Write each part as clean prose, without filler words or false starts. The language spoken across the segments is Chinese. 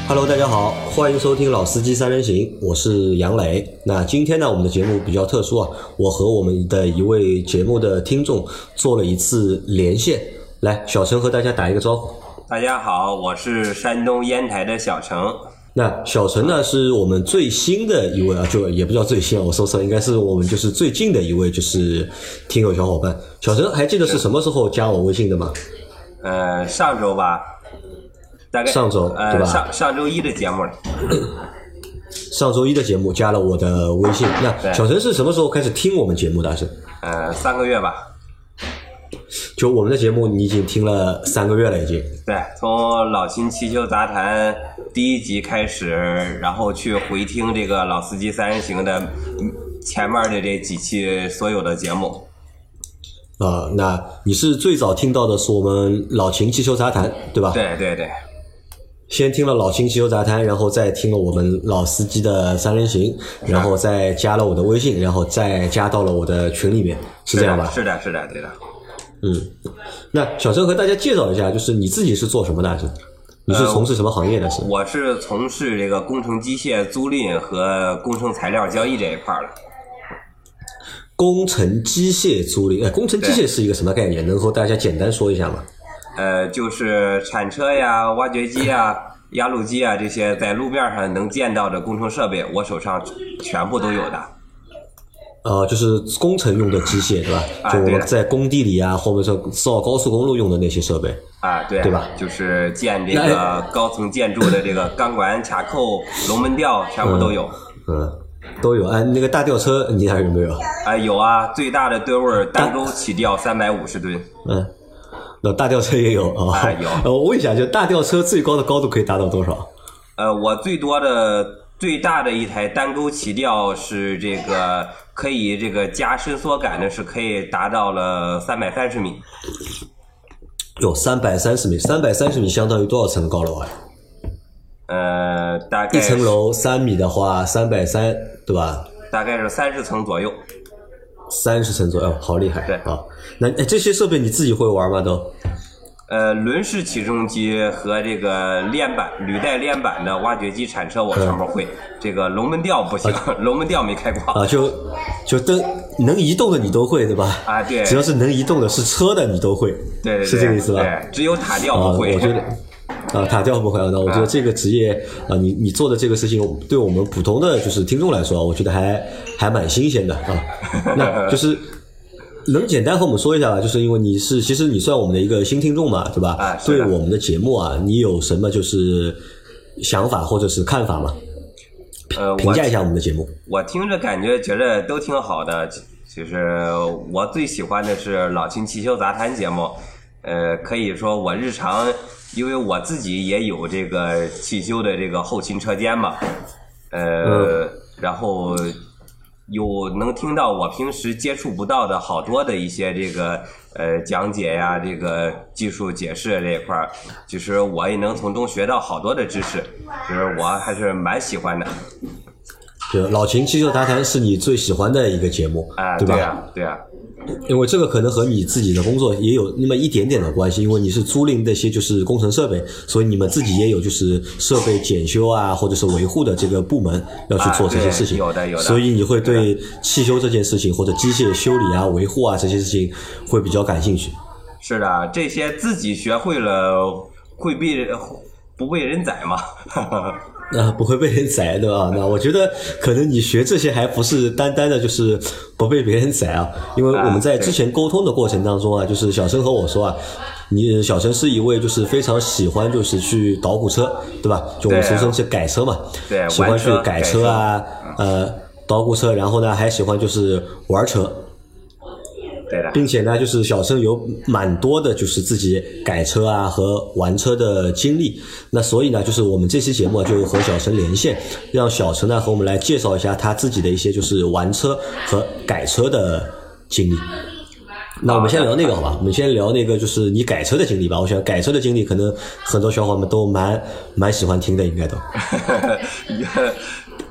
Hello， 大家好，欢迎收听老司机三人行，我是杨磊。那今天呢，我们的节目比较特殊啊，我和我们的一位节目的听众做了一次连线。来，小陈和大家打一个招呼。 大家好，我是山东烟台的小陈。 那小陈呢，是我们最新的一位啊，就也不叫最新啊，我说错了，应该是我们就是最近的一位就是听友小伙伴。小陈还记得是什么时候加我微信的吗？ 上周吧。大概上周对吧？ 上周一的节目了。 上周一的节目加了我的微信。那小陈是什么时候开始听我们节目的？是 3个月吧。 就我们的节目，你已经听了3个月了，已经。 对，从老秦汽修杂谈第一集开始，然后去回听这个老司机三人行的前面的这几期所有的节目。 那你是最早听到的是我们老秦汽修杂谈，对吧？ 对对对。 先听了老秦汽修杂谈，然后再听了我们老司机的三人行，然后再加了我的微信，然后再加到了我的群里面，是这样吧？ 是的，是的，对的。 那小陈和大家介绍一下，就是你自己是做什么的？你是从事什么行业的？ 我是从事这个工程机械租赁和工程材料交易这一块的。 工程机械租赁，工程机械是一个什么概念？能和大家简单说一下吗？ 就是铲车呀、挖掘机啊、压路机啊这些在路面上能见到的工程设备，我手上全部都有的。 就是工程用的机械，对吧？就我们在工地里啊，或者说造高速公路用的那些设备。 对吧？ 就是建这个高层建筑的这个钢管、卡扣、龙门吊，全部都有。 都有。那个大吊车你还有没有？ 有啊，最大的吨位单钩起吊350吨。 那大吊车也有啊。 有。 我问一下，就大吊车最高的高度可以达到多少？ 我最大的一台单钩起吊是这个可以这个加伸缩杆的，是可以达到了330米。 有330米，330米相当于多少层高楼啊？ 大概一层楼3米的话，330，对吧？ 大概是30层左右。 30层左右，好厉害。 对啊。那这些设备你自己会玩吗？都？ 轮式起重机和这个履带链板的挖掘机铲车我全部会。这个龙门吊不行，龙门吊没开过。 就能移动的你都会，对吧？ 对。 只要是能移动的是车的你都会。 对， 是这个意思吧？ 对，只有塔吊不会。 我觉得。塔吊不会那我觉得这个职业你做的这个事情，对我们普通的就是听众来说，我觉得还蛮新鲜的啊。那就是能简单和我们说一下吧？就是因为其实你算我们的一个新听众嘛，对吧？对我们的节目你有什么就是想法或者是看法吗？评价一下我们的节目。 我听着觉得都挺好的。就是我最喜欢的是老秦汽修杂谈节目。可以说我日常，因为我自己也有这个汽修的这个后勤车间嘛，然后有能听到我平时接触不到的好多的一些这个讲解呀，这个技术解释这一块儿，就是我也能从中学到好多的知识，就是我还是蛮喜欢的。 就老秦汽修杂谈是你最喜欢的一个节目，对吧？ 对啊。 因为这个可能和你自己的工作也有那么一点点的关系，因为你是租赁那些就是工程设备，所以你们自己也有就是设备检修或者是维护的这个部门要去做这些事情。 有的。 所以你会对汽修这件事情或者机械修理维护这些事情会比较感兴趣。 是的，这些自己学会了会不被人宰吗？ 不会被人宰，对吧？那我觉得可能你学这些还不是单单的就是不被别人宰因为我们在之前沟通的过程当中就是小陈和我说小陈是一位就是非常喜欢就是去捣鼓车，对吧？就我们俗称是改车嘛， 对， 喜欢去改车捣鼓车，然后呢还喜欢就是玩车。 对的， 并且呢，就是小陈有蛮多的，就是自己改车和玩车的经历。那所以呢，就是我们这期节目就和小陈连线，让小陈呢和我们来介绍一下他自己的一些就是玩车和改车的经历。那我们先聊那个好吧？我们先聊那个就是你改车的经历吧。我想改车的经历可能很多小伙伴们都蛮喜欢听的，应该都。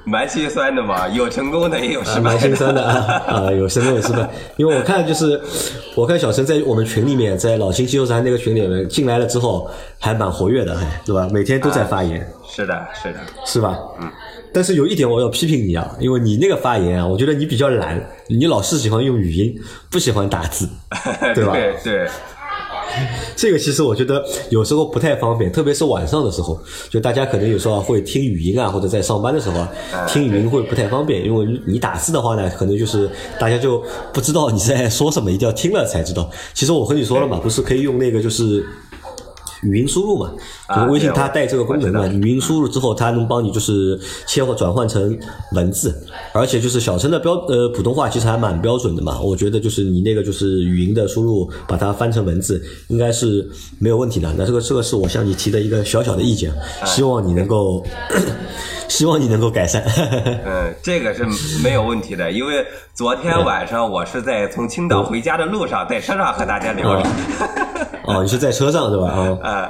蛮心酸的嘛，有成功的也有失败的， 蛮心酸的有成功有失败。因为我看小陈在我们群里面，在老秦汽修杂那个群里面进来了之后，还蛮活跃的，对吧？每天都在发言。 是的， 是吧？但是有一点我要批评你啊，因为你那个发言啊，我觉得你比较懒，你老是喜欢用语音，不喜欢打字，对吧？ 对。 这个其实我觉得有时候不太方便，特别是晚上的时候，就大家可能有时候会听语音啊，或者在上班的时候听语音会不太方便，因为你打字的话呢，可能就是大家就不知道你在说什么，一定要听了才知道。其实我和你说了嘛，不是可以用那个就是语音输入嘛，就是微信它带这个功能嘛，语音输入之后它能帮你就是转换成文字，而且就是小陈的普通话其实还蛮标准的嘛，我觉得就是你那个就是语音的输入把它翻成文字应该是没有问题的。那这个是我向你提的一个小小的意见，希望你能够改善。 这个是没有问题的，因为昨天晚上我是在从青岛回家的路上，在车上和大家聊聊。 你是在车上对吧？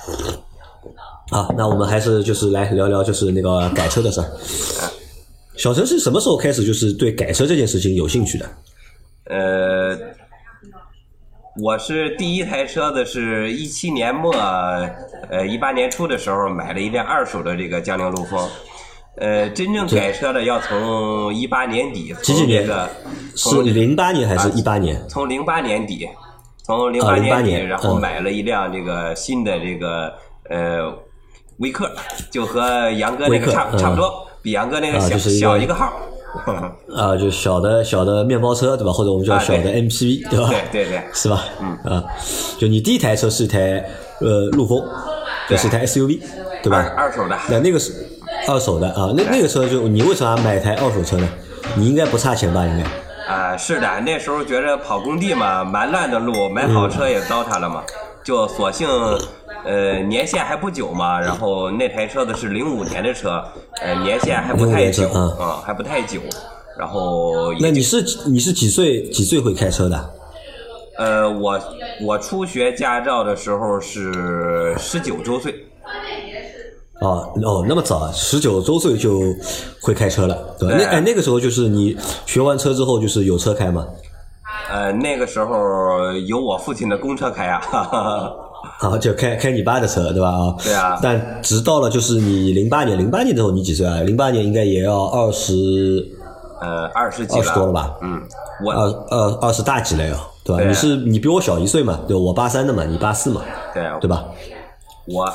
那我们还是就是来聊聊就是那个改车的事儿。小陈是什么时候开始就是对改车这件事情有兴趣的？ 我是第一台车的是17年末18年初的时候买了一辆二手的这个江铃陆风。真正改车的要从18年底， 几年？是08年还是18年？ 从08年底，年底，然后买了一辆这个新的这个威克，就和杨哥那个差不多，比杨哥那个小一个号。 就小的面包车对吧？或者我们叫小的 MPV 对吧？ 对， 是吧？就你第一台车是一台陆风，就是一台 SUV 对吧？ 二手的。 那个是二手的啊，那个车就你为啥买台二手车呢？你应该不差钱吧？应该。 是的，那时候觉得跑工地嘛，蛮烂的路，买好车也糟蹋了嘛，就索性年限还不久嘛，然后那台车子是05年的车，年限还不太久还不太久，然后那你是几岁会开车的？ 我初学驾照的时候是19周岁。 那么早，19周岁就会开车了，对吧？那个时候就是你学完车之后就是有车开吗？ 那个时候有我父亲的公车开就开你爸的车，对吧？ 对啊。 但直到了就是你08年之后你几岁啊？08年应该也要20几了，20多了吧？ 我 20大几了哟，对吧？你比我小1岁嘛，对，我83的嘛，你84嘛，对吧？ 我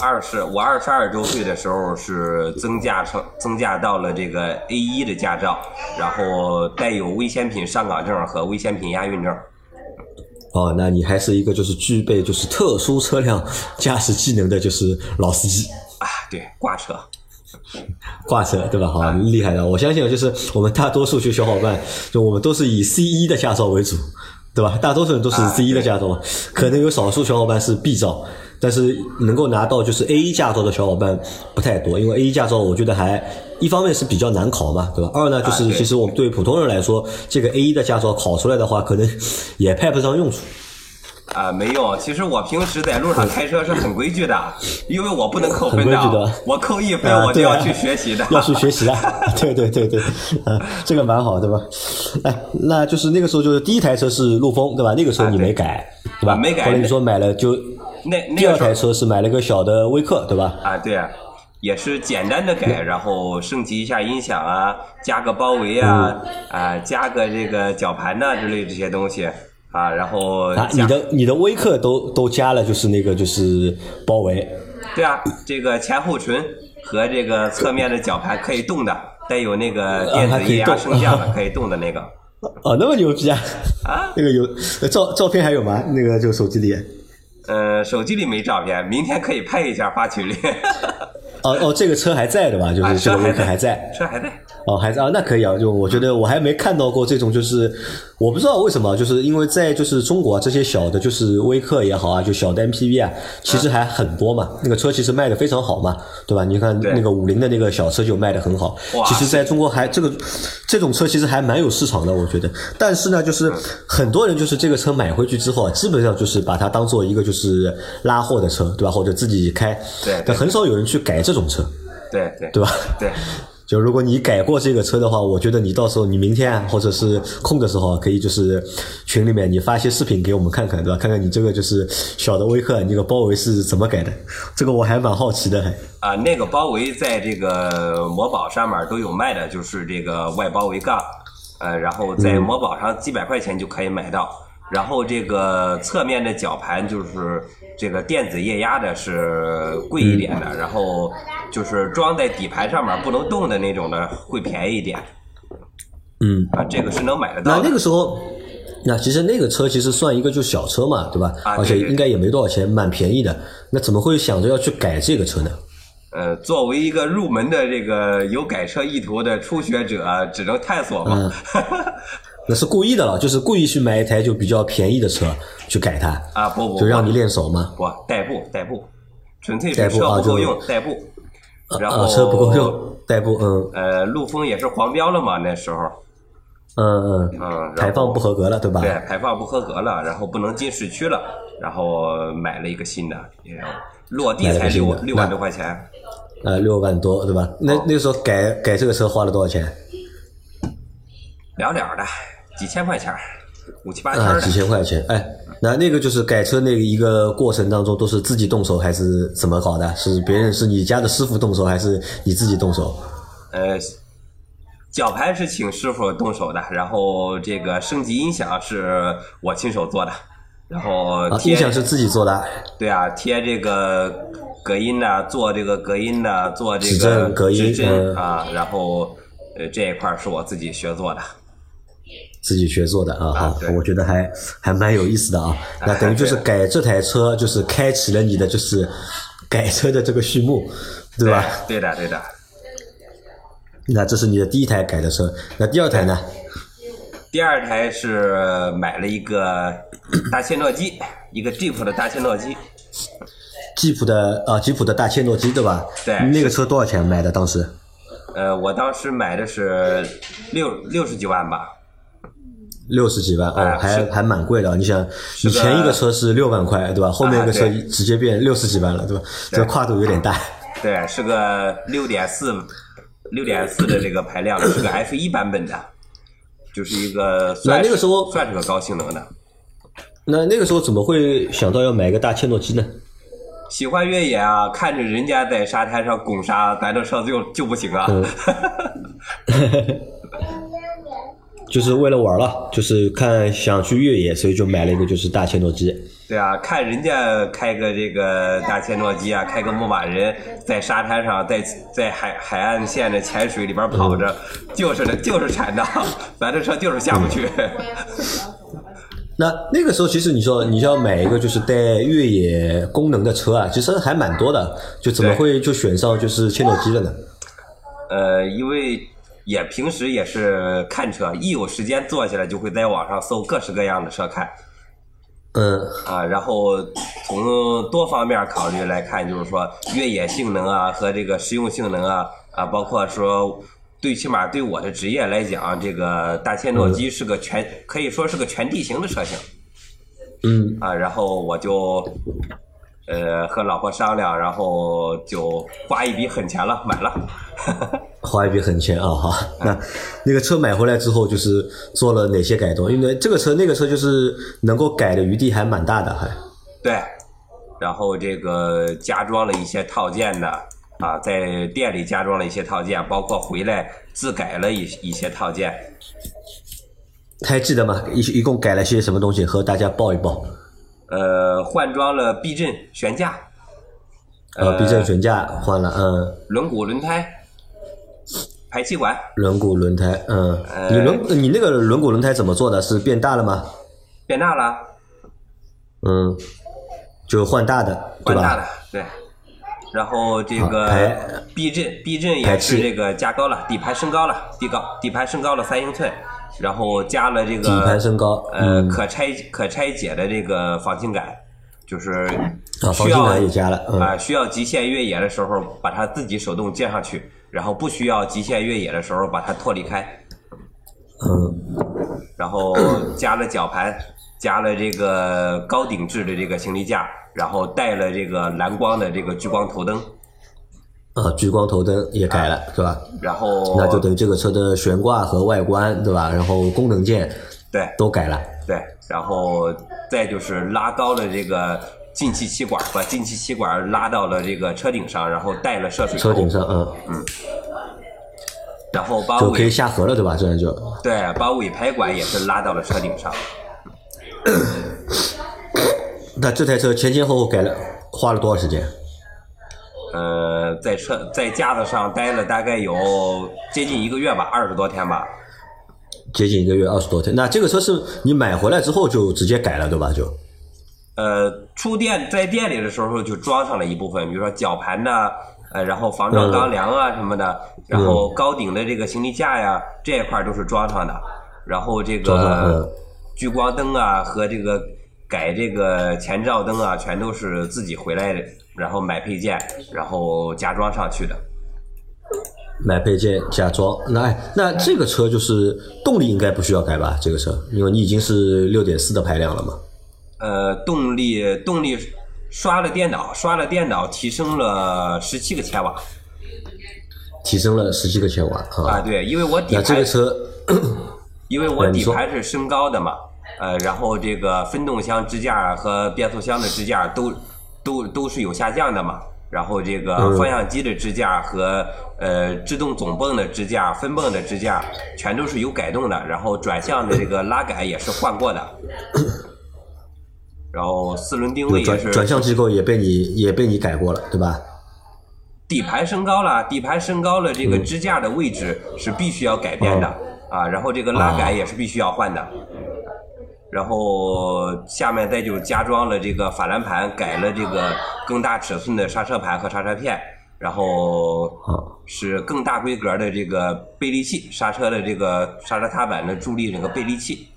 22周岁的时候是增驾到了这个 A1 的驾照，然后带有危险品上岗证和危险品押运证。 那你还是一个就是具备就是特殊车辆驾驶技能的就是老司机对，挂车对吧？好，厉害的。我相信就是我们大多数小伙伴，就我们都是以 C1 的驾照为主，对吧？大多数人都是 C1 的驾照，可能有少数小伙伴是 B 照。但是能够拿到就是 A1 驾照的小伙伴不太多，因为 A1 驾照我觉得还一方面是比较难考嘛，对吧？二呢就是其实我们对普通人来说，这个 A1 的驾照考出来的话，可能也派不上用处。 没用。其实我平时在路上开车是很规矩的，因为我不能扣分的，我扣1分我就要去学习的， 要去学习的。对，这个蛮好，对吧？那就是那个时候就是第一台车是陆风，对吧？那个时候你没改，对吧？ 没改。 后来你说买了就第二台车是买了个小的威克，对吧？ 对啊，也是简单的改，然后升级一下音响加个包围加个这个绞盘之类这些东西。然后你的威克都加了，就是那个就是包围。 对啊，这个前后唇和这个侧面的绞盘可以动的，带有那个电子液压升降的，可以动的那个。 那么牛逼啊！那个有照片还有吗？那个就手机里。 手机里没照片，明天可以拍一下发群里。 这个车还在的吧？就是这个威克还在， 车还在。 还在那可以就我觉得我还没看到过这种，就是我不知道为什么，就是因为在就是中国这些小的，就是威克也好就小的 MPV 其实还很多嘛。那个车其实卖的非常好嘛，对吧？你看那个50的那个小车就卖的很好。其实在中国还这种车其实还蛮有市场的，我觉得。但是呢，就是很多人就是这个车买回去之后基本上就是把它当做一个就是拉货的车，对吧？或者自己开。 对。 但很少有人去改这种车。 对吧？ 对。 就如果你改过这个车的话，我觉得你到时候你明天或者是空的时候，可以就是群里面你发一些视频给我们看看，对吧？看看你这个就是小的威克，你这个包围是怎么改的？这个我还蛮好奇的。 啊，那个包围在这个某宝上面都有卖的，就是这个外包围杠，然后在某宝上几百块钱就可以买到。然后这个侧面的绞盘就是这个电子液压的是贵一点的，然后就是装在底盘上面不能动的那种的会便宜一点。这个是能买得到的。 那个时候，那其实那个车其实算一个就小车嘛，对吧？而且应该也没多少钱，蛮便宜的。那怎么会想着要去改这个车呢？ 作为一个入门的这个有改车意图的初学者，只能探索嘛。 那是故意的了，就是故意去买一台就比较便宜的车去改它啊，不， 就让你练手嘛。 不，代步，纯粹是车不够用，代步。然后车不够用，代步， 陆风也是黄标了嘛，那时候。 排放不合格了，对吧？ 对，排放不合格了，然后不能进市区了，然后买了一个新的，落地才6万多块钱。 6万多，对吧？那个时候改这个车花了多少钱？ 了的。几千块钱，5、7、8千的。 几千块钱，那个就是改车那个一个过程当中都是自己动手还是怎么搞的？是别人是你家的师傅动手还是你自己动手？ 绞盘是请师傅动手的，然后这个升级音响是我亲手做的，然后音响是自己做的。 对啊，贴这个隔音呐，做这个隔音呐，做这个指针隔音然后这一块是我自己学做的。 自己学做的好，我觉得还蛮有意思的啊。那等于就是改这台车，就是开启了你的就是改车的这个序幕，对吧？ 对的。 那这是你的第一台改的车，那第二台呢？ 第二台是买了一个大切诺基，一个吉普的大切诺基。 吉普的大切诺基，对吧？ 对。 那个车多少钱买的当时？ 我当时买的是60几万吧。 60几万还蛮贵的。你想，你前一个车是6万块，对吧？后面一个车直接变60几万了，对吧？这个跨度有点大。 对，是个6.4的这个排量，是个 F1 版本的，就是一个那个时候算是个高性能的。 那个时候怎么会想到要买个大切诺基呢？ 喜欢越野啊，看着人家在沙滩上拱沙，咱这车就不行啊。 就是为了玩了，就是想去越野，所以就买了一个就是大切诺基。 对啊，看人家开个这个大切诺基啊，开个牧马人，在沙滩上，在海岸线的浅水里边跑着，就是铲的，咱这车就是下不去。 那个时候，其实你说你要买一个就是带越野功能的车啊，其实还蛮多的，就怎么会就选上就是切诺基的呢？ 因为平时也是看车，一有时间坐下来就会在网上搜各式各样的车看。然后从多方面考虑来看，就是说越野性能啊和这个实用性能包括说起码对我的职业来讲，这个大切诺基是个可以说是个全地形的车型。然后我就和老婆商量，然后就花一笔狠钱了，买了。 花一笔狠钱好，那个车买回来之后，就是做了哪些改动？因为这个车那个车就是能够改的余地还蛮大的， 对，然后这个加装了一些套件的在店里加装了一些套件，包括回来自改了一些套件。 还记得吗？一共改了些什么东西？和大家报一报。 换装了避震悬架。 避震悬架换了， 轮毂轮胎。排气管， 轮毂轮胎，你那个轮毂轮胎怎么做的？是变大了吗？ 变大了。 就换大的，对吧？ 换大的，对。然后这个避震也是这个加高了，底盘升高了3英寸，然后加了这个底盘升高， 可拆解的这个防倾杆，就是防倾杆也加了， 需要极限越野的时候把它自己手动接上去。然后不需要极限越野的时候把它脱离开。然后加了绞盘，加了这个高顶置的这个行李架，然后带了这个蓝光的这个聚光头灯。 聚光头灯也改了，对吧？ 然后那就等于这个车的悬挂和外观，对吧？然后功能键对都改了。 对，然后再就是拉高了这个进气气管，把进气气管拉到了这个车顶上，然后带了涉水口。 车顶上， 然后把就可以下河了，对吧？这样就对，把尾排管也是拉到了车顶上。 那这台车前前后后改了，花了多少时间？ 在架子上待了大概有接近1个月吧，20多天吧。 接近1个月，20多天。那这个车是你买回来之后就直接改了，对吧？就出店在店里的时候就装上了一部分，比如说绞盘呐，然后防撞钢梁啊什么的，然后高顶的这个行李架呀，这一块都是装上的。然后这个聚光灯啊和这个改这个前照灯啊，全都是自己回来的，然后买配件，然后加装上去的。 买配件加装，那这个车就是动力应该不需要改吧？这个车，因为你已经是6.4的排量了嘛。 动力刷了电脑提升了17个千瓦， 提升了17个千瓦啊。对，因为我底盘， 那这个车， 因为我底盘是升高的嘛，然后这个分动箱支架和变速箱的支架都是有下降的嘛。然后这个方向机的支架和制动总泵的支架、分泵的支架全都是有改动的，然后转向的这个拉杆也是换过的，然后4轮定位也是转向机构也被你改过了，对吧？ 底盘升高了，这个支架的位置是必须要改变的啊，然后这个拉杆也是必须要换的。然后下面再就加装了这个法兰盘，改了这个更大尺寸的刹车盘和刹车片，然后是更大规格的这个倍力器，刹车的这个刹车踏板的助力这个倍力器。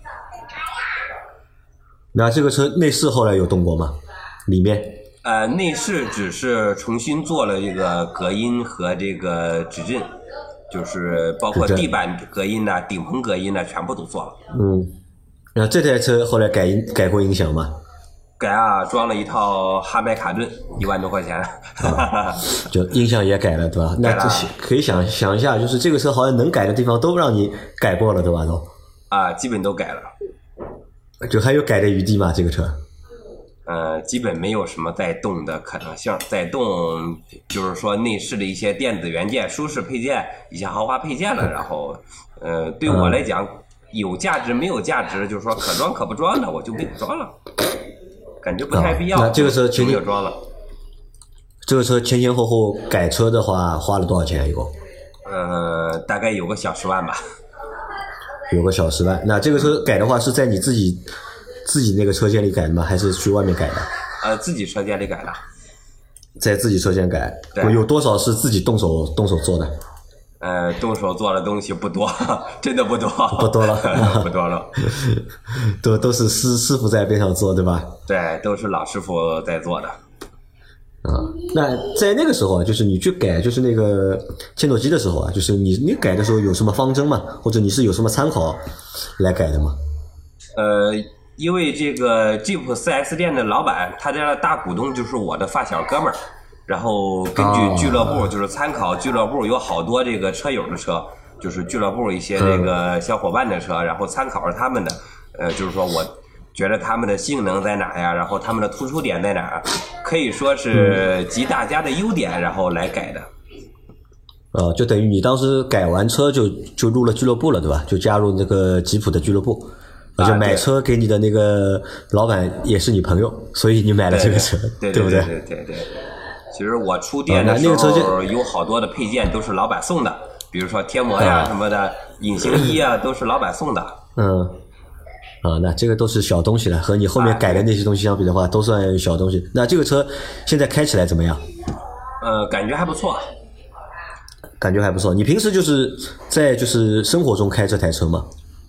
那这个车内饰后来有动过吗？里面？ 内饰只是重新做了这个隔音和这个指震，就是包括地板隔音呐、顶棚隔音呐，全部都做了。 那这台车后来改过音响吗？ 改啊，装了一套哈麦卡顿，1万多块钱。 就音响也改了，对吧？那可以想一下，就是这个车好像能改的地方都让你改过了，对吧？都基本都改了。 就还有改的余地吗？这个车？ 基本没有什么再动的可能性。再动就是说内饰的一些电子元件、舒适配件、一些豪华配件了。然后，对我来讲。有价值没有价值，就是说可装可不装的，我就给你装了，感觉不太必要。 那这个车没有装了。 这个车前前后后改车的话，花了多少钱一共？ 大概有个小10万吧。 有个小10万。那这个车改的话，是在你自己那个车间里改的吗？还是去外面改的？ 自己车间里改的。 在自己车间改。有多少是自己动手做的？ 动手做的东西不多，真的不多， 不多了， 不多了， 都是师傅在边上做，对吧？ 对，都是老师傅在做的。 那在那个时候啊，就是你去改，就是那个切诺基的时候啊，就是你改的时候有什么方针吗？或者你是有什么参考来改的吗？ 因为这个 Jeep 4S 店的老板，他家的大股东就是我的发小哥们儿。然后根据俱乐部，就是参考俱乐部有好多这个车友的车，就是俱乐部一些这个小伙伴的车，然后参考着他们的，就是说我觉得他们的性能在哪呀，然后他们的突出点在哪，可以说是集大家的优点，然后来改的。 就等于你当时改完车就入了俱乐部了，对吧？就加入那个吉普的俱乐部，而且买车给你的那个老板也是你朋友，所以你买了这个车， 对不对？ 对。其实我出店的时候有好多的配件都是老板送的，比如说贴膜呀什么的，隐形衣啊都是老板送的。 那这个都是小东西了，和你后面改的那些东西相比的话，都算小东西。那这个车现在开起来怎么样？ 感觉还不错。 感觉还不错。你平时就是在生活中开这台车吗？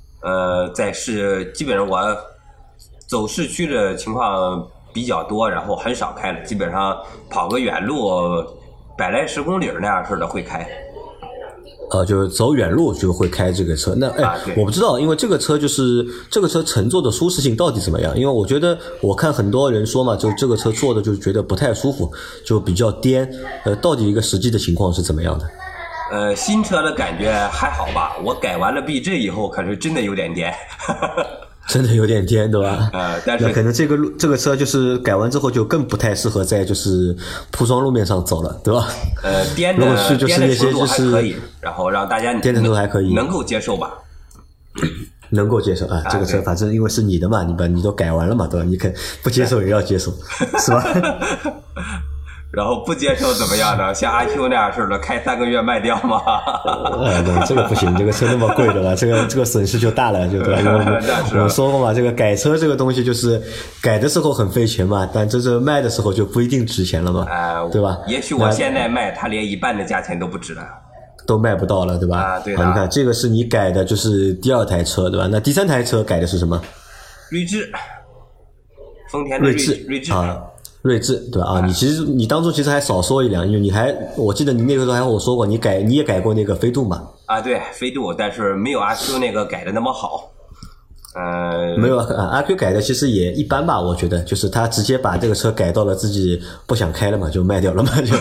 基本上我走市区的情况比较多，然后很少开了，基本上跑个远路100来10公里那样似的会开。 就是走远路就会开这个车。那我不知道，因为这个车就是这个车乘坐的舒适性到底怎么样？因为我觉得我看很多人说嘛，就这个车坐的就觉得不太舒服，就比较颠。到底一个实际的情况是怎么样的？ 新车的感觉还好吧？我改完了避震以后，可是真的有点颠。 真的有点颠，对吧？ 但是那可能这个车就是改完之后就更不太适合在就是铺装路面上走了，对吧？ 颠如果是就是那些就是可以，然后让大家颠程度还可以， 能够接受吧？ 能够接受啊，这个车反正因为是你的嘛，你都改完了嘛，对吧？你肯不接受也要接受，是吧？ 然后不接受怎么样呢？像阿 Q 那样似的，开3个月卖掉吗？ 对，这个不行，这个车那么贵的吧，这个损失就大了，就对吧？我说过嘛，这个改车这个东西就是改的时候很费钱嘛，但这是卖的时候就不一定值钱了嘛，对吧？ 也许我现在卖，它连1半的价钱都不值了。 都卖不到了，对吧？ 对的。 你看这个是你改的，就是第2台车，对吧？那第3台车改的是什么？ 锐志，丰田的锐志啊。锐志对吧？你当初其实还少说一两，因为我记得你那个时候还和我说过，你也改过那个飞度嘛？ 对，飞度，但是没有阿 Q 那个改的那么好。 没有阿 Q 改的其实也一般吧，我觉得就是他直接把这个车改到了自己不想开了嘛，就卖掉了嘛，就。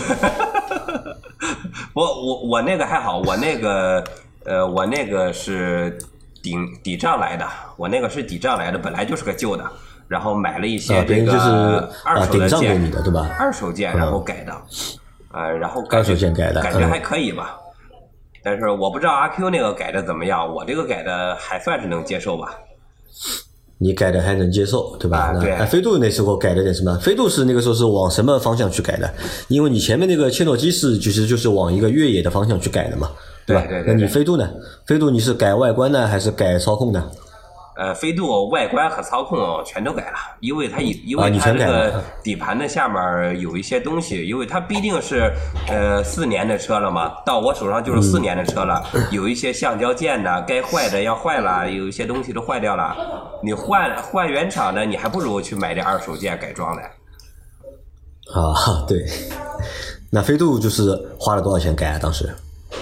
我那个还好，我那个是抵账来的，我那个是抵账来的，本来就是个旧的。然后买了一些这个二手的件， 给你的对吧？ 二手件，然后改的，然后二手件改的， 感觉还可以吧。但是我不知道阿 Q 那个改的怎么样，我这个改的还算是能接受吧。 你改的还能接受，对吧？ 对。 飞度那时候改的点什么？飞度是那个时候是往什么方向去改的？因为你前面那个切诺基是其实就是往一个越野的方向去改的嘛，对吧？ 对。 那你飞度呢？飞度你是改外观呢，还是改操控呢？ 飞度外观和操控全都改了，因为它这个底盘的下面有一些东西，因为它毕竟是4年的车了嘛，到我手上就是4年的车了，有一些橡胶件的该坏的要坏了，有一些东西都坏掉了，你换原厂的，你还不如去买点二手件改装的。 对。那飞度就是花了多少钱改啊？当时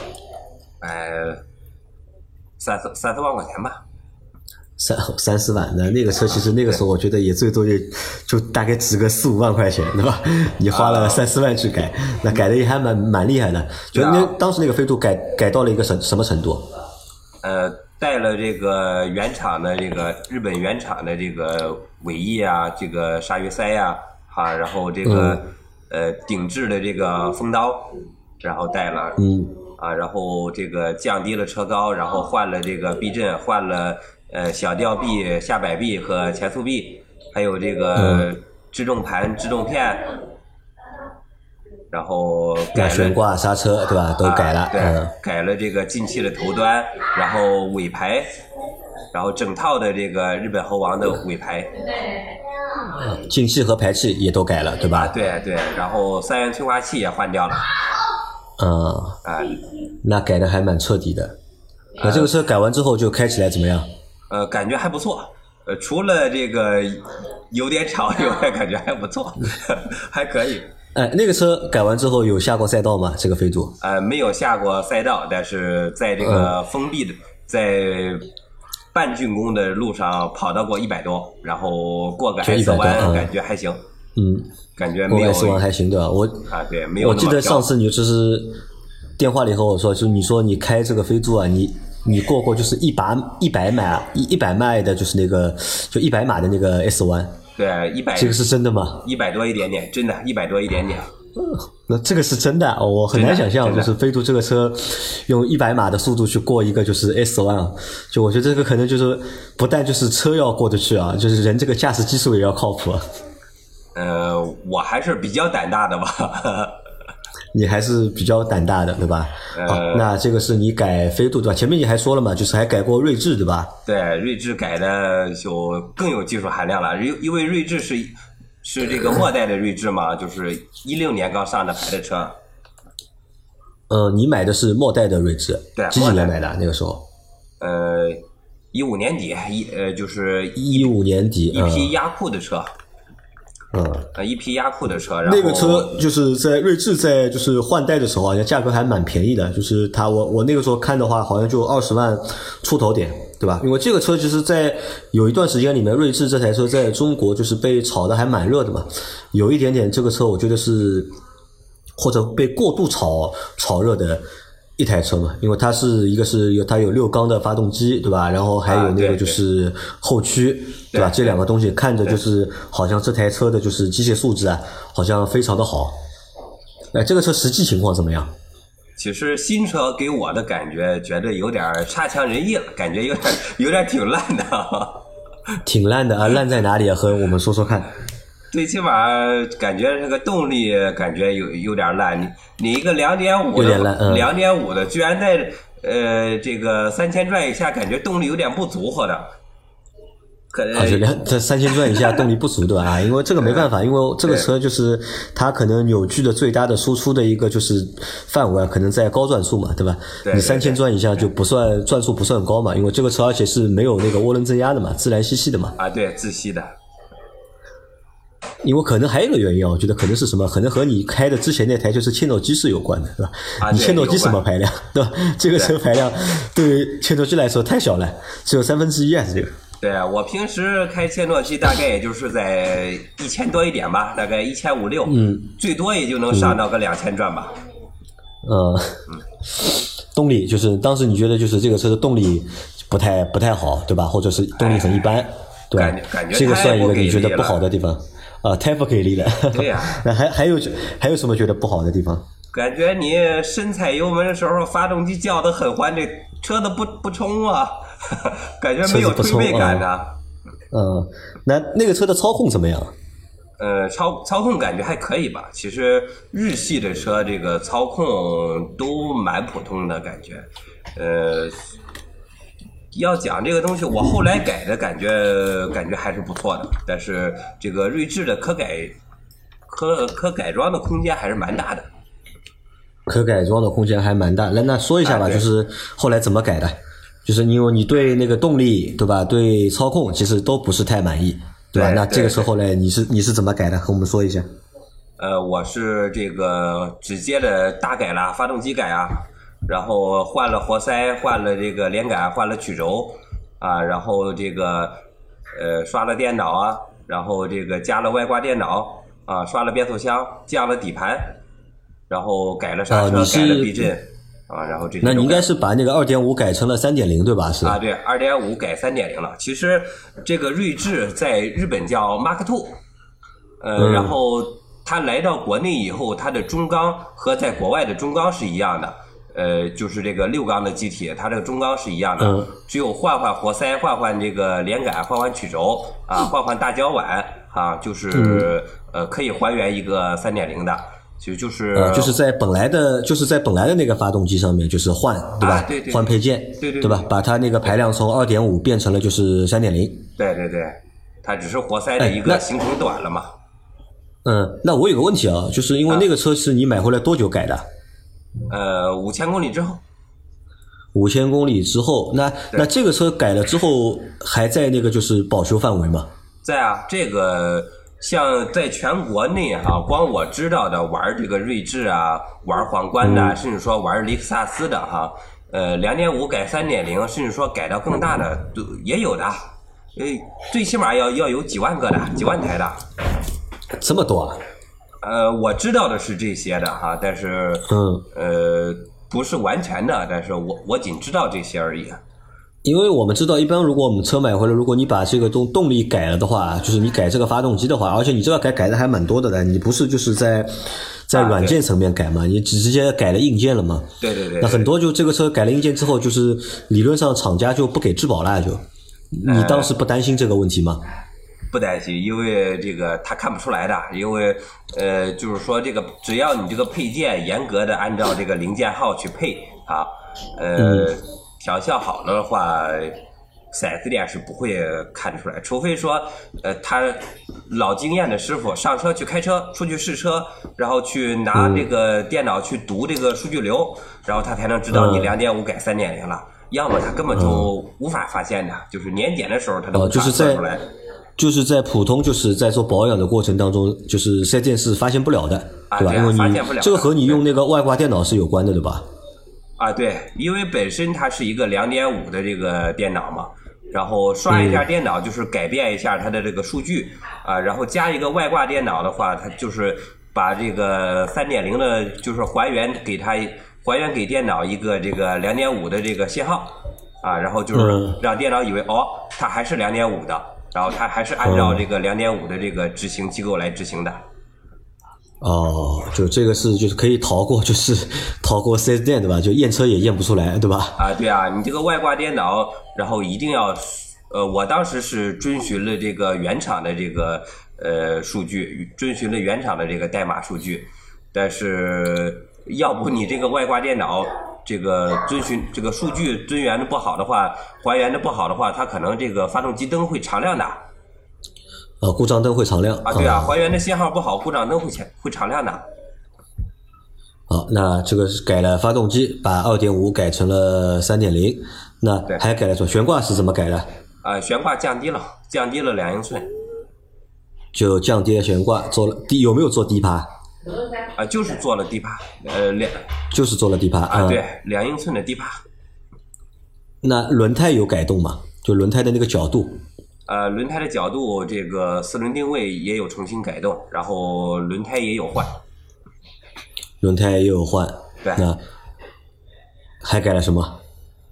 ？30万块钱吧。 30万，那个车其实那个时候我觉得也最多就大概值个4-5万块钱，对吧？你花了3-4万去改，那改的也还蛮厉害的。就当时那个飞度改到了一个什么程度？ 带了这个原厂的这个日本原厂的这个尾翼啊，这个鲨鱼鳃啊，然后这个顶置的这个风刀，然后带了，然后这个降低了车高，然后换了这个避震，换了小吊臂、下摆臂和前速臂，还有这个制动盘、制动片，然后改了悬挂、刹车，对吧？都改了。 对，改了这个进气的头端，然后尾排，然后整套的这个日本猴王的尾排， 进气和排气也都改了，对吧？ 对，然后3元催化器也换掉了。 那改的还蛮彻底的。那这个车改完之后就开起来怎么样？ 感觉还不错。除了这个有点吵以外，感觉还不错，还可以。 那个车改完之后有下过赛道吗？这个飞度？ 没有下过赛道，但是在这个封闭的，在半竣工的路上跑到过100多，然后过个 S 弯，感觉还行。感觉没有 S 弯还行，对吧？ 对，没有。 我记得上次你就是电话里和我说，就是你说你开这个飞度啊，你过就是100迈的，就是那个就100码的那个 S 弯。 对，100。 这个是真的吗 ？100多一点点，真的100多一点点。 那这个是真的，我很难想象，就是飞度这个车用100码的速度去过一个就是 S 弯啊，就我觉得这个可能就是不但就是车要过得去啊，就是人这个驾驶技术也要靠谱。 我还是比较胆大的吧。 你还是比较胆大的，对吧？那这个是你改飞度对吧？前面你还说了嘛，就是还改过锐志对吧？ 对，锐志改的就更有技术含量了，因为锐志是这个末代的锐志嘛，就是16年刚上的牌的车。 你买的是末代的锐志， 对， 几几年买的那个时候 ？15年底，就是 15年底一批压库的车。 一匹雅库的车，然后那个车就是在锐志在就是换代的时候，好像价格还蛮便宜的，就是我那个时候看的话，好像就20万出头点，对吧？因为这个车其实在有一段时间里面，锐志这台车在中国就是被炒的还蛮热的嘛，有一点点这个车我觉得是或者被过度炒热的一台车嘛，因为它是它有6缸的发动机，对吧？然后还有那个就是后驱，对吧？这两个东西看着就是好像这台车的就是机械素质啊，好像非常的好。这个车实际情况怎么样？ 其实新车给我的感觉，觉得有点差强人意了，感觉有点挺烂的。 挺烂的啊，烂在哪里啊？和我们说说看。 最起码感觉这个动力感觉有点烂，你一个2.5的，居然在这个3000转以下，感觉动力有点不足，或者这3000转以下动力不足，对吧？因为这个没办法，因为这个车就是它可能扭矩的最大的输出的一个就是范围可能在高转速嘛，对吧？你3000转以下就不算转速不算高嘛，因为这个车而且是没有那个涡轮增压的嘛，自然吸气的嘛。 对，自吸的。 因为可能还有一个原因我觉得可能是什么？可能和你开的之前那台就是切诺基是有关的，对吧？你切诺基什么排量，对吧？这个车排量对于切诺基来说太小了，只有1/3还是这个。 对啊，我平时开切诺基大概也就是在1000多一点吧，大概1500-1600，最多也就能上到个2000转吧。 动力就是当时你觉得就是这个车的动力不太好，对吧？或者是动力很一般，对吧？ 感觉这个算一个你觉得不好的地方。太不给力了。 对呀。 那还有什么觉得不好的地方？ 感觉你深踩油门的时候，发动机叫得很欢，这车子不冲啊，感觉没有推背感的。 那个车的操控怎么样？ 操控感觉还可以吧。其实日系的车这个操控都蛮普通的感觉。要讲这个东西，我后来改的感觉还是不错的，但是这个锐志的可改装的空间还是蛮大的。 可改装的空间还蛮大，那说一下吧，就是后来怎么改的？就是因为你对那个动力，对吧？对操控其实都不是太满意，对吧？那这个车后来你是怎么改的？和我们说一下。 我是这个直接的大改了，发动机改啊。然后换了活塞，换了这个连杆，换了曲轴啊，然后这个刷了电脑啊，然后这个加了外挂电脑啊，刷了变速箱，降了底盘，然后改了刹车，改了避震啊，然后这些。 那你应该是把那个 2.5 改成了 3.0 对吧？是啊，对 2.5 改 3.0 了。其实这个锐志在日本叫 Mark II，然后它来到国内以后，它的中缸和在国外的中缸是一样的。就是这个6缸的机体，它这个中缸是一样的，只有换活塞，换这个连杆，换曲轴啊，换大胶碗啊，就是可以还原一个 3.0 的，就是在本来的那个发动机上面就是换，对吧？ 对， 换配件， 对吧？把它那个排量从 2.5 变成了就是 3.0。对， 它只是活塞的一个行程短了嘛。 那我有个问题啊，就是因为那个车是你买回来多久改的 ？5000公里之后。 5000公里之后，那这个车改了之后还在那个就是保修范围吗？ 在啊，这个像在全国内光我知道的玩这个锐志啊，玩皇冠的，甚至说玩雷克萨斯的2.5改 3.0， 甚至说改到更大的都也有的，最起码要有几万个的，几万台的。 这么多啊？ 我知道的是这些的但是不是完全的，但是我仅知道这些而已。 因为我们知道，一般如果我们车买回来，如果你把这个动力改了的话，就是你改这个发动机的话，而且你这个改的还蛮多的，你不是就是在软件层面改嘛，你直接改了硬件了嘛？ 对。 那很多就这个车改了硬件之后，就是理论上厂家就不给质保了，就你当时不担心这个问题吗？ 不担心，因为这个他看不出来的，因为就是说这个只要你这个配件严格的按照这个零件号去配调校好了的话，4S店是不会看出来，除非说他老经验的师傅上车去开车，出去试车，然后去拿这个电脑去读这个数据流，然后他才能知道你2.5改 3.0 了，要么他根本就无法发现的，就是年检的时候他都无法测出来。 就是在普通就是在做保养的过程当中，就是4S店是发现不了的，对吧？ 对啊， 因为你发现不了这个和你用那个外挂电脑是有关的，对吧？ 对，因为本身它是一个2.5的这个电脑嘛，然后刷一下电脑就是改变一下它的这个数据然后加一个外挂电脑的话，它就是把这个3.0的，就是还原给电脑一个这个2.5的这个信号然后就是让电脑以为它还是2.5的，然后它还是按照这个2.5的这个执行机构来执行的。 就这个就是可以逃过 4S 店，对吧？就验车也验不出来，对吧？ 对啊，你这个外挂电脑，然后一定要我当时是遵循了这个原厂的这个数据，遵循了原厂的这个代码数据，但是要不你这个外挂电脑这个遵循这个数据还原的不好的话，它可能这个发动机灯会常亮的。 故障灯会常亮对啊，还原的信号不好，故障灯会常亮的。 好，那这个是改了发动机，把2.5改成了3.0，那还改了什么？悬挂是怎么改的？ 悬挂降低了2英寸， 就降低了悬挂，有没有做低趴？ 就是做了低趴， 就是做了低趴对，2英寸的低趴。 那轮胎有改动吗？就轮胎的那个角度？ 轮胎的角度，这个4轮定位也有重新改动，然后轮胎也有换。 对，那还改了什么？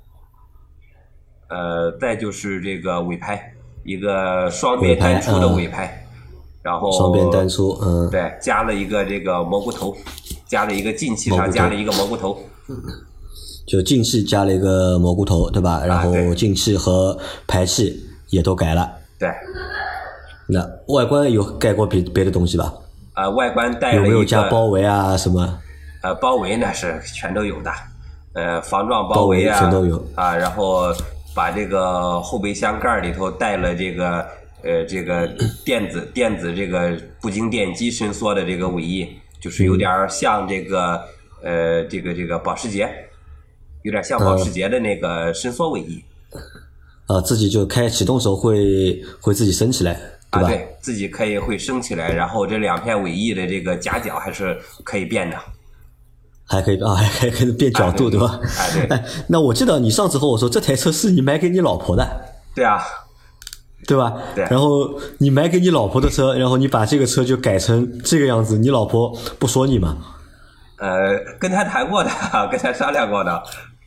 再就是这个尾排，一个双边单出的尾排，然后双边单出， 对，加了一个这个蘑菇头，加了一个进气上加了一个蘑菇头， 就进气加了一个蘑菇头，对吧？然后进气和排气也都改了。 对。 那外观有改过别的东西吧？ 外观带了一个有没有加包围啊什么？ 包围那是全都有的，防撞包围全都有然后把这个后备箱盖里头带了这个电子这个不经电机伸缩的这个尾翼，就是有点像这个这个保时捷，有点像保时捷的那个伸缩尾翼。 自己就启动时候会自己升起来，对吧？ 对，自己会升起来，然后这2片尾翼的这个夹角还是可以变的。 还可以变角度，对吧？ 对。 那我记得你上次和我说这台车是你买给你老婆的。 对啊。 对吧？ 对。 然后你买给你老婆的车，然后你把这个车就改成这个样子，你老婆不说你吗？ 跟他谈过的，跟他商量过的。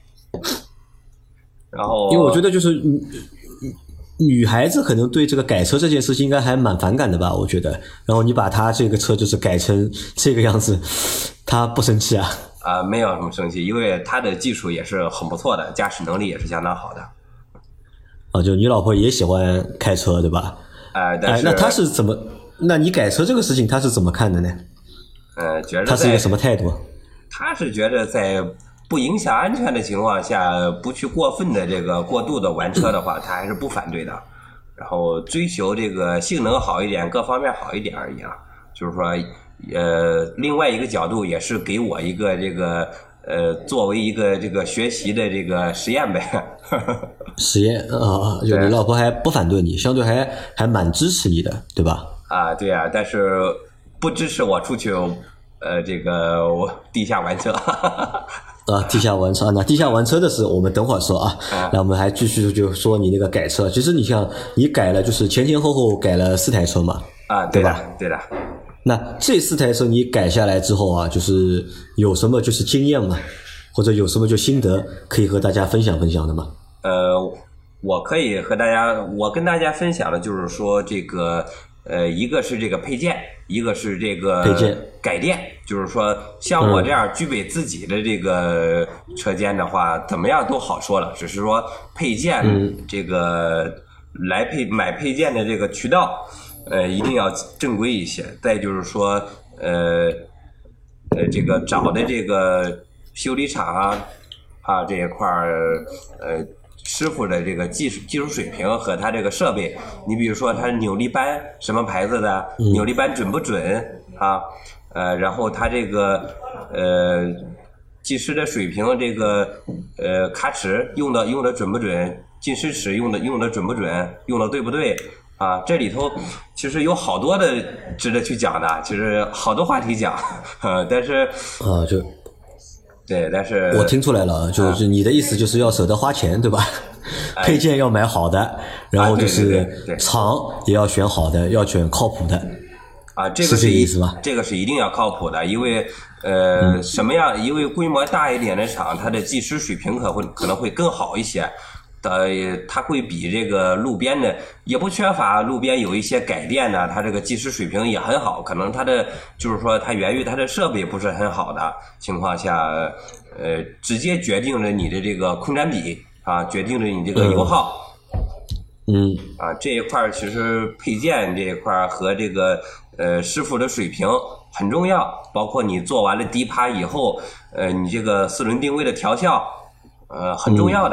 然后。 因为我觉得就是女孩子可能对这个改车这件事情应该还蛮反感的吧，我觉得。然后你把她这个车就是改成这个样子，她不生气啊？ 没有什么生气，因为她的技术也是很不错的，驾驶能力也是相当好的。 就你老婆也喜欢开车，对吧？ 但是那她是怎么？那你改车这个事情她是怎么看的呢？ 觉得她是一个什么态度？ 她是觉得在不影响安全的情况下，不去过分的这个过度的玩车的话，他还是不反对的。然后追求这个性能好一点，各方面好一点而已啊。就是说，另外一个角度也是给我一个这个作为一个这个学习的这个实验呗。 实验就你老婆还不反对你，相对还蛮支持你的，对吧？ 对啊，但是不支持我出去这个地下玩车。 地下玩车，那地下玩车的事我们等会儿说啊。那我们还继续就说你那个改车。其实你像你改了，就是前后改了4台车嘛， 对吧？ 对的。 那这4台车你改下来之后啊，就是有什么就是经验嘛，或者有什么就心得可以和大家分享的吗？ 我跟大家分享的就是说这个一个是这个配件，一个是这个改电，就是说像我这样具备自己的这个车间的话，怎么样都好说了，只是说配件这个买配件的这个渠道一定要正规一些。再就是说这个找的这个修理厂这一块师傅的这个技术水平和他这个设备，你比如说他扭力扳什么牌子的，扭力扳准不准然后他这个技师的水平，这个卡尺用的准不准，进湿尺用的准不准，用的对不对啊，这里头其实有好多的值得去讲的，其实好多话题讲，但是但是我听出来了，就是你的意思就是要舍得花钱，对吧？配件要买好的，然后就是厂也要选好的，要选靠谱的。 啊，这个是这个意思吧？ 这个是一定要靠谱的，因为什么样？因为规模大一点的厂，它的技师水平可能会更好一些。它会比这个路边的也不缺乏，路边有一些改电呢，它这个技师水平也很好，可能它的就是说它源于它的设备不是很好的情况下，直接决定了你的这个空转比啊，决定了你这个油耗。这一块其实配件这一块和这个师傅的水平很重要，包括你做完了低趴以后，你这个四轮定位的调校，很重要的。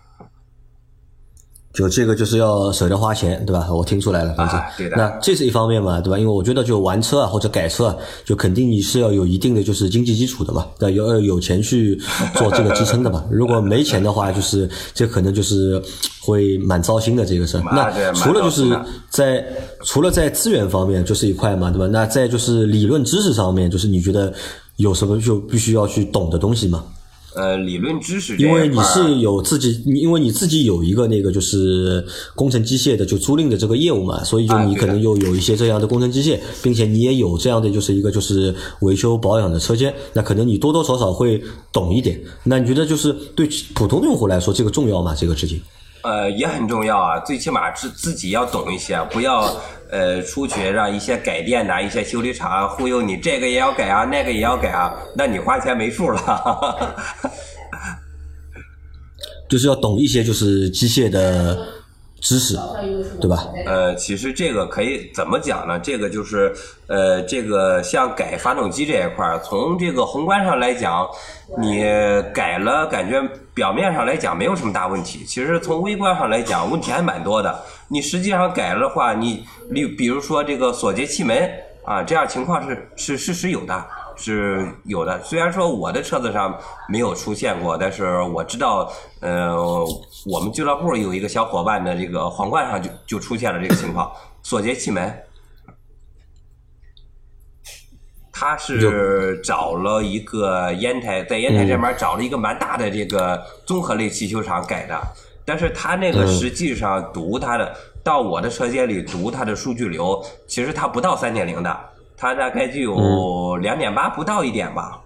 就这个就是要舍得花钱，对吧？我听出来了，反正、 对的。 那这是一方面嘛，对吧？因为我觉得就玩车啊或者改车啊，就肯定你是要有一定的就是经济基础的嘛，要有钱去做这个支撑的嘛。如果没钱的话，就是这可能就是会蛮糟心的这个事。那除了就是除了在资源方面就是一块嘛，对吧？那在就是理论知识上面，就是你觉得有什么就必须要去懂的东西吗？ 理论知识因为你是有因为你自己有一个那个就是工程机械的就租赁的这个业务嘛，所以就你可能又有一些这样的工程机械，并且你也有这样的就是一个就是维修保养的车间，那可能你多多少少会懂一点。那你觉得就是对普通用户来说这个重要吗？这个事情？ 也很重要啊，最起码是自己要懂一些，不要出去让一些改电的一些修理厂忽悠你，这个也要改啊，那个也要改啊，那你花钱没数了。 就是要懂一些就是机械的知识，对吧？ 其实这个可以怎么讲呢？这个就是这个像改发动机这一块，从这个宏观上来讲，你改了，感觉表面上来讲没有什么大问题，其实从微观上来讲，问题还蛮多的。你实际上改了的话，你比如说这个锁节气门啊，这样情况是事实有的。是有的，虽然说我的车子上没有出现过，但是我知道，我们俱乐部有一个小伙伴的这个皇冠上就出现了这个情况，锁节气门，他是找了一个烟台，在烟台这边找了一个蛮大的这个综合类汽修厂改的，但是他那个实际上读他的，到我的车间里读他的数据流，其实他不到 3.0 的。它大概就有2.8不到1点吧。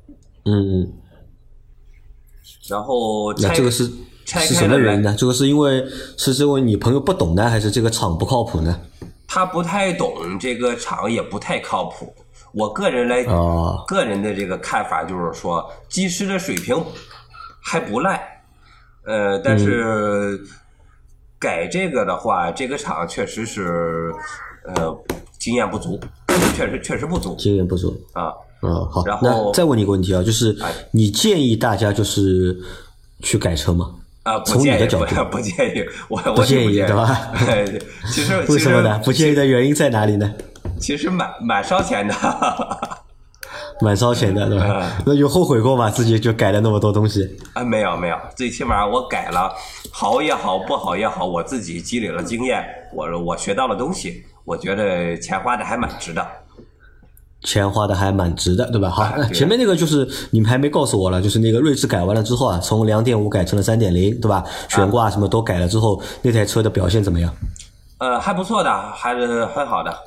然后那这个是什么原因呢？这个是因为你朋友不懂呢，还是这个厂不靠谱呢？ 他不太懂，这个厂也不太靠谱。我个人的这个看法就是说，技师的水平还不赖，但是改这个的话，这个厂确实是经验不足，确实不足。经验不足啊。 好。然后那再问你一个问题啊，就是你建议大家就是去改车吗？ 不建议，不建议，我不建议， 对吧？ 其实为什么呢？不建议的原因在哪里呢？ 其实蛮烧钱的。 蛮烧钱的，对吧？那有后悔过吗？自己就改了那么多东西？ 没有，最起码我改了，好也好，不好也好，我自己积累了经验，我学到了东西，我觉得钱花的还蛮值的。 钱花的还蛮值的，对吧？好，前面那个就是你们还没告诉我了，就是那个锐志改完了之后啊，从 2.5 改成了 3.0， 对吧？悬挂什么都改了之后，那台车的表现怎么样？ 还不错的，还是很好的。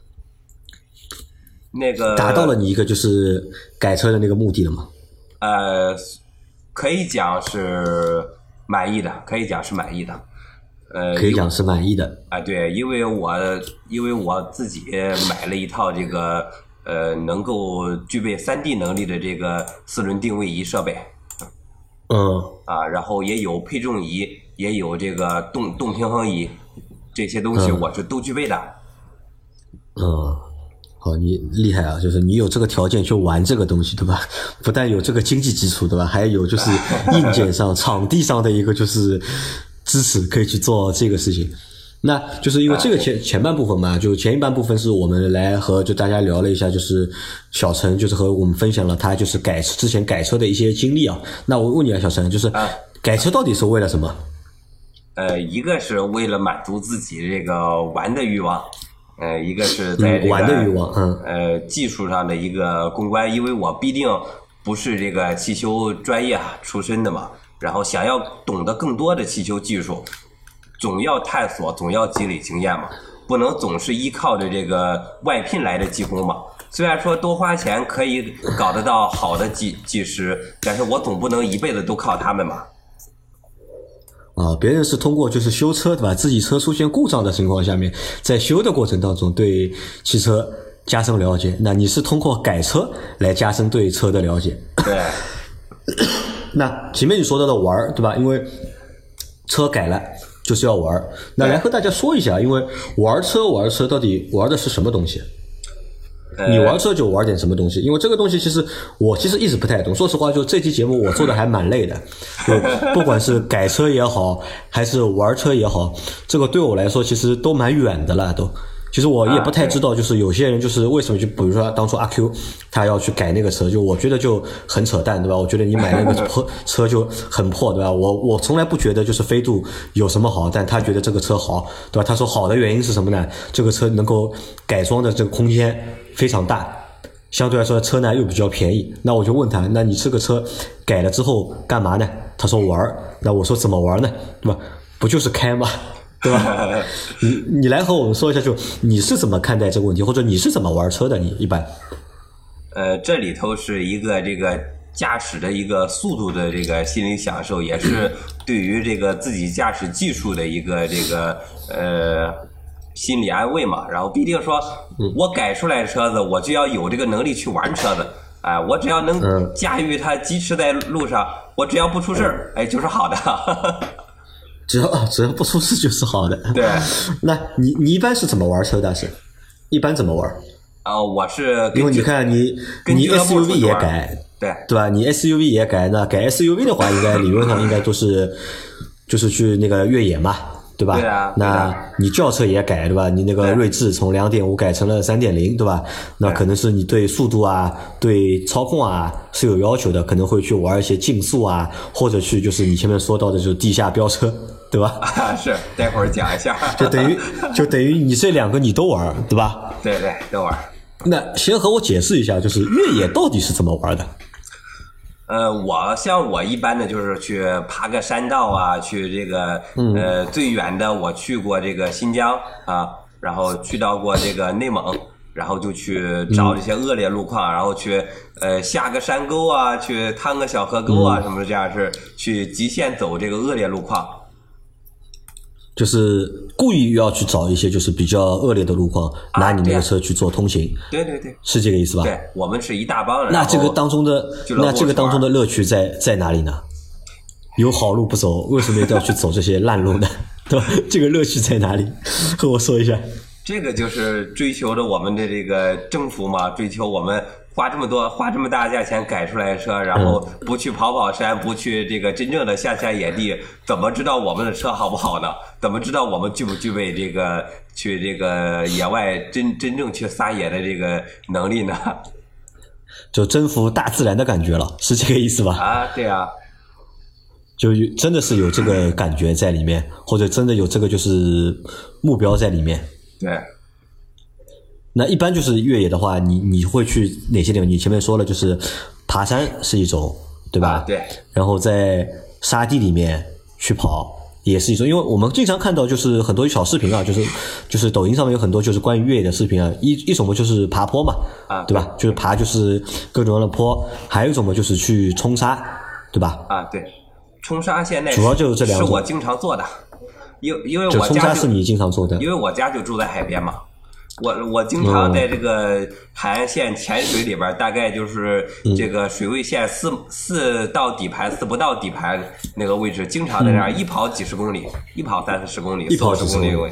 那个达到了你一个就是改车的那个目的了吗？ 可以讲是满意的，可以讲是满意的。对，因为我自己买了一套这个能够具备 3D 能力的这个4轮定位仪设备。然后也有配重仪，也有这个动平衡仪，这些东西我是都具备的。 好，你厉害啊！就是你有这个条件去玩这个东西，对吧？不但有这个经济基础，对吧？还有就是硬件上、场地上的一个就是支持，可以去做这个事情。那就是因为这个前半部分嘛，就前一半部分是我们来和就大家聊了一下，就是小陈就是和我们分享了他就是之前改车的一些经历啊。那我问你啊，小陈，就是改车到底是为了什么？ 一个是为了满足自己这个玩的欲望，一个是在这个玩的欲望， 技术上的一个攻关，因为我毕竟不是这个汽修专业出身的嘛，然后想要懂得更多的汽修技术，总要探索，总要积累经验嘛，不能总是依靠着这个外聘来的技工嘛。虽然说多花钱可以搞得到好的技师，但是我总不能一辈子都靠他们嘛。 别人是通过就是修车对吧？自己车出现故障的情况下面，在修的过程当中对汽车加深了解。那你是通过改车来加深对车的了解。 对。 那前面你说到的玩对吧？因为车改了就是要玩。那来和大家说一下，因为玩车到底玩的是什么东西？你玩车就玩点什么东西？因为这个东西我其实一直不太懂。说实话，就这期节目我做的还蛮累的。就不管是改车也好，还是玩车也好，这个对我来说其实都蛮远的了都。其实我也不太知道，就是有些人就是为什么就比如说当初阿 Q 他要去改那个车，就我觉得就很扯淡，对吧？我觉得你买那个车就很破，对吧？我从来不觉得就是飞度有什么好，但他觉得这个车好，对吧？他说好的原因是什么呢？这个车能够改装的这个空间非常大，相对来说车呢又比较便宜。那我就问他，那你这个车改了之后干嘛呢？他说玩。那我说怎么玩呢？对吧？不就是开吗？对吧？你来和我们说一下，就你是怎么看待这个问题，或者你是怎么玩车的？你一般？ 这里头是一个这个驾驶的一个速度的这个心理享受，也是对于这个自己驾驶技术的一个这个心理安慰嘛。然后必定说，我改出来的车子，我就要有这个能力去玩车子。哎，我只要能驾驭它，疾驰在路上，我只要不出事儿，就是好的。 只要不出事就是好的。 对。 那你一般是怎么玩车的？一般怎么玩？ 我是因为你看你 SUV 也改，对吧？你 SUV 也改，那改 SUV 的话，应该理论上应该都是就是去那个越野嘛，对吧？ 对啊。 那你轿车也改，对吧？你那个锐志从 2.5 改成了 3.0， 对吧？那可能是你对速度啊、对操控啊是有要求的，可能会去玩一些竞速啊，或者去就是你前面说到的就是地下飙车。对吧？ 是，待会儿讲一下。 就等于你这两个你都玩，对吧？ 对，都玩。 那先和我解释一下，就是越野到底是怎么玩的？ 我一般的就是去爬个山道啊，去这个最远的我去过这个新疆啊，然后去到过这个内蒙，然后就去找这些恶劣路况，然后去下个山沟啊，去趟个小河沟啊，什么的，这样是去极限走这个恶劣路况。 就是故意要去找一些就是比较恶劣的路况，拿你那个车去做通行。 对， 是这个意思吧？ 对，我们是一大帮人。 那这个当中的乐趣在哪里呢？有好路不走，为什么要去走这些烂路呢？对吧？这个乐趣在哪里？和我说一下。 这个就是追求着我们的这个征服嘛，追求我们花这么大价钱改出来的车，然后不去跑山，不去这个真正的下山野地，怎么知道我们的车好不好呢？怎么知道我们具不具备这个去这个野外真正去撒野的这个能力呢？ 就征服大自然的感觉了，是这个意思吧？ 对啊。 就真的是有这个感觉在里面，或者真的有这个就是目标在里面。 对。 那一般就是越野的话，你会去哪些地方？你前面说了，就是爬山是一种，对吧？ 对。 然后在沙地里面去跑也是一种，因为我们经常看到就是很多小视频啊，就是抖音上面有很多就是关于越野的视频啊，一种嘛就是爬坡嘛，对吧？就是爬就是各种各样的坡，还有一种嘛就是去冲沙，对吧？ 对。冲沙现在主要就是这两种， 是我经常做的，因为我家冲沙是你经常做的， 因为我家就住在海边嘛，我经常在这个海岸线浅水里边，大概就是这个水位线4到底盘4不到底盘那个位置，经常在那儿一跑几十公里，一跑30-40公里， 一跑 40公里，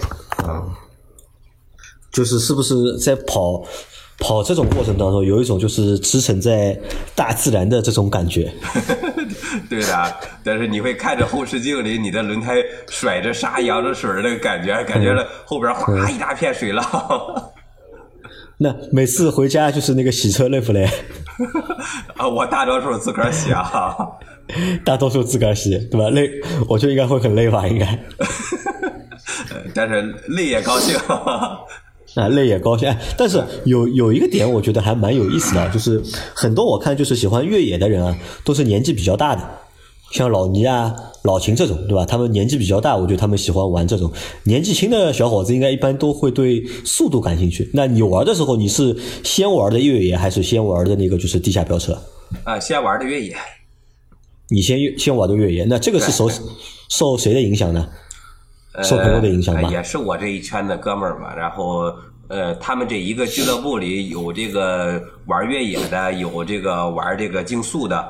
就是不是在跑这种过程当中有一种就是驰骋在大自然的这种感觉。 对的，但是你会看着后视镜里你的轮胎甩着沙扬着水的感觉了后边哗一大片水浪。 那每次回家就是那个洗车累不累？ 我大多数自个儿洗啊。 大多数自个儿洗，对吧？累，我就应该会很累吧，应该。 但是累也高兴。 累也高兴。但是有一个点，我觉得还蛮有意思的，就是很多我看就是喜欢越野的人啊，都是年纪比较大的，像老倪啊、老秦这种，对吧？他们年纪比较大，我觉得他们喜欢玩这种。年纪轻的小伙子应该一般都会对速度感兴趣。那你玩的时候，你是先玩的越野，还是先玩的那个就是地下飙车？ 先玩的越野。 你先玩的越野，那这个是受谁的影响呢？受朋友的影响吧？ 也是我这一圈的哥们儿嘛。然后他们这一个俱乐部里有这个玩越野的，有这个玩这个竞速的。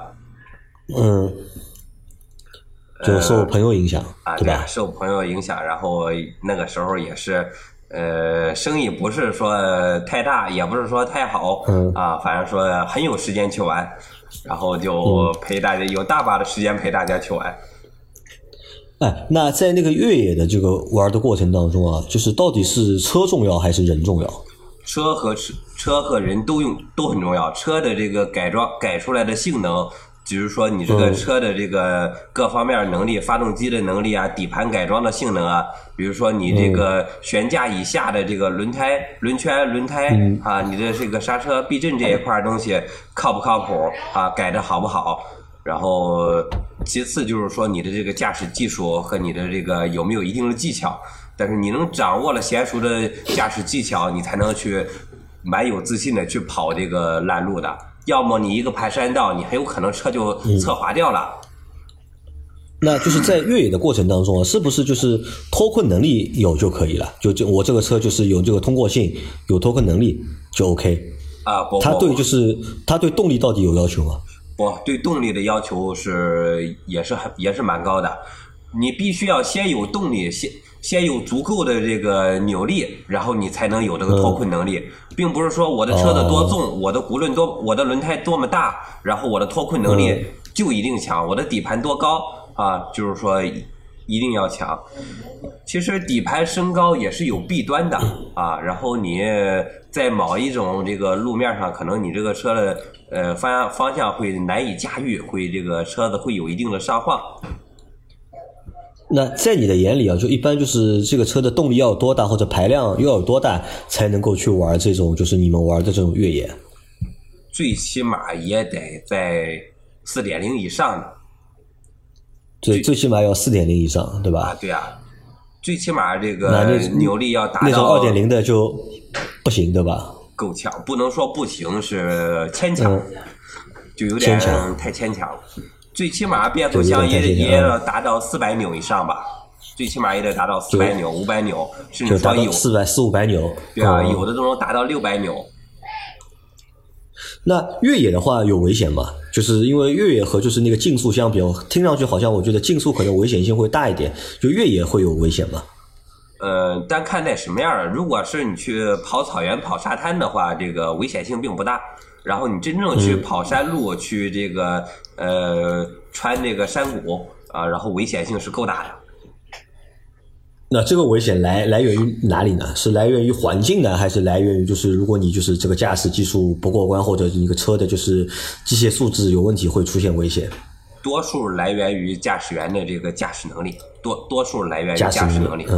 就受朋友影响，对吧？ 受朋友影响，然后那个时候也是，生意不是说太大，也不是说太好，反正说很有时间去玩，然后就陪大家，有大把的时间陪大家去玩。 那在那个越野的这个玩的过程当中啊，就是到底是车重要还是人重要？ 车和人都很重要。车的这个改出来的性能，比如说你这个车的这个各方面能力，发动机的能力啊，底盘改装的性能啊，比如说你这个悬架以下的这个轮胎、轮圈、轮胎啊，你的这个刹车、避震这一块东西靠不靠谱啊，改的好不好？然后其次就是说你的这个驾驶技术和你的这个有没有一定的技巧。但是你能掌握了娴熟的驾驶技巧，你才能去蛮有自信的去跑这个烂路的。要么你一个盘山道，你很有可能车就侧滑掉了。 那就是在越野的过程当中啊，是不是就是脱困能力有就可以了？就我这个车就是有这个通过性，有脱困能力就 OK 不， 它对动力到底有要求吗？ 不，对动力的要求也是蛮高的。你必须要先有动力，先有足够的这个扭力，然后你才能有这个脱困能力，并不是说我的车子多重，我的轱辘我的轮胎多么大，然后我的脱困能力就一定强，我的底盘多高啊，就是说一定要强。其实底盘升高也是有弊端的啊，然后你在某一种这个路面上，可能你这个车的方向会难以驾驭，会这个车子会有一定的上晃。 那在你的眼里啊，就一般就是这个车的动力要有多大，或者排量要有多大，才能够去玩这种就是你们玩的这种越野？ 最起码也得在 4.0 以上的。 最起码要 4.0 以上，对吧？ 对啊，最起码这个扭力要达到那种 2.0 的就不行，对吧？ 够强，不能说不行，是牵强，就有点太牵强了。最起码变速箱也要达到400扭以上吧，最起码也得达到400扭、500扭，甚至说有 400-500扭。 对啊，有的都能达到600扭。 那越野的话有危险吗？就是因为越野和就是那个竞速相比，听上去好像我觉得竞速可能危险性会大一点，就越野会有危险吗？ 单看在什么样的，如果是你去跑草原、跑沙滩的话，这个危险性并不大。然后你真正去跑山路，去这个穿这个山谷啊，然后危险性是够大的。 那这个危险来源于哪里呢？是来源于环境呢，还是来源于就是如果你就是这个驾驶技术不过关，或者一个车的就是机械素质有问题会出现危险？ 多数来源于驾驶员的这个驾驶能力，多数来源于驾驶能力。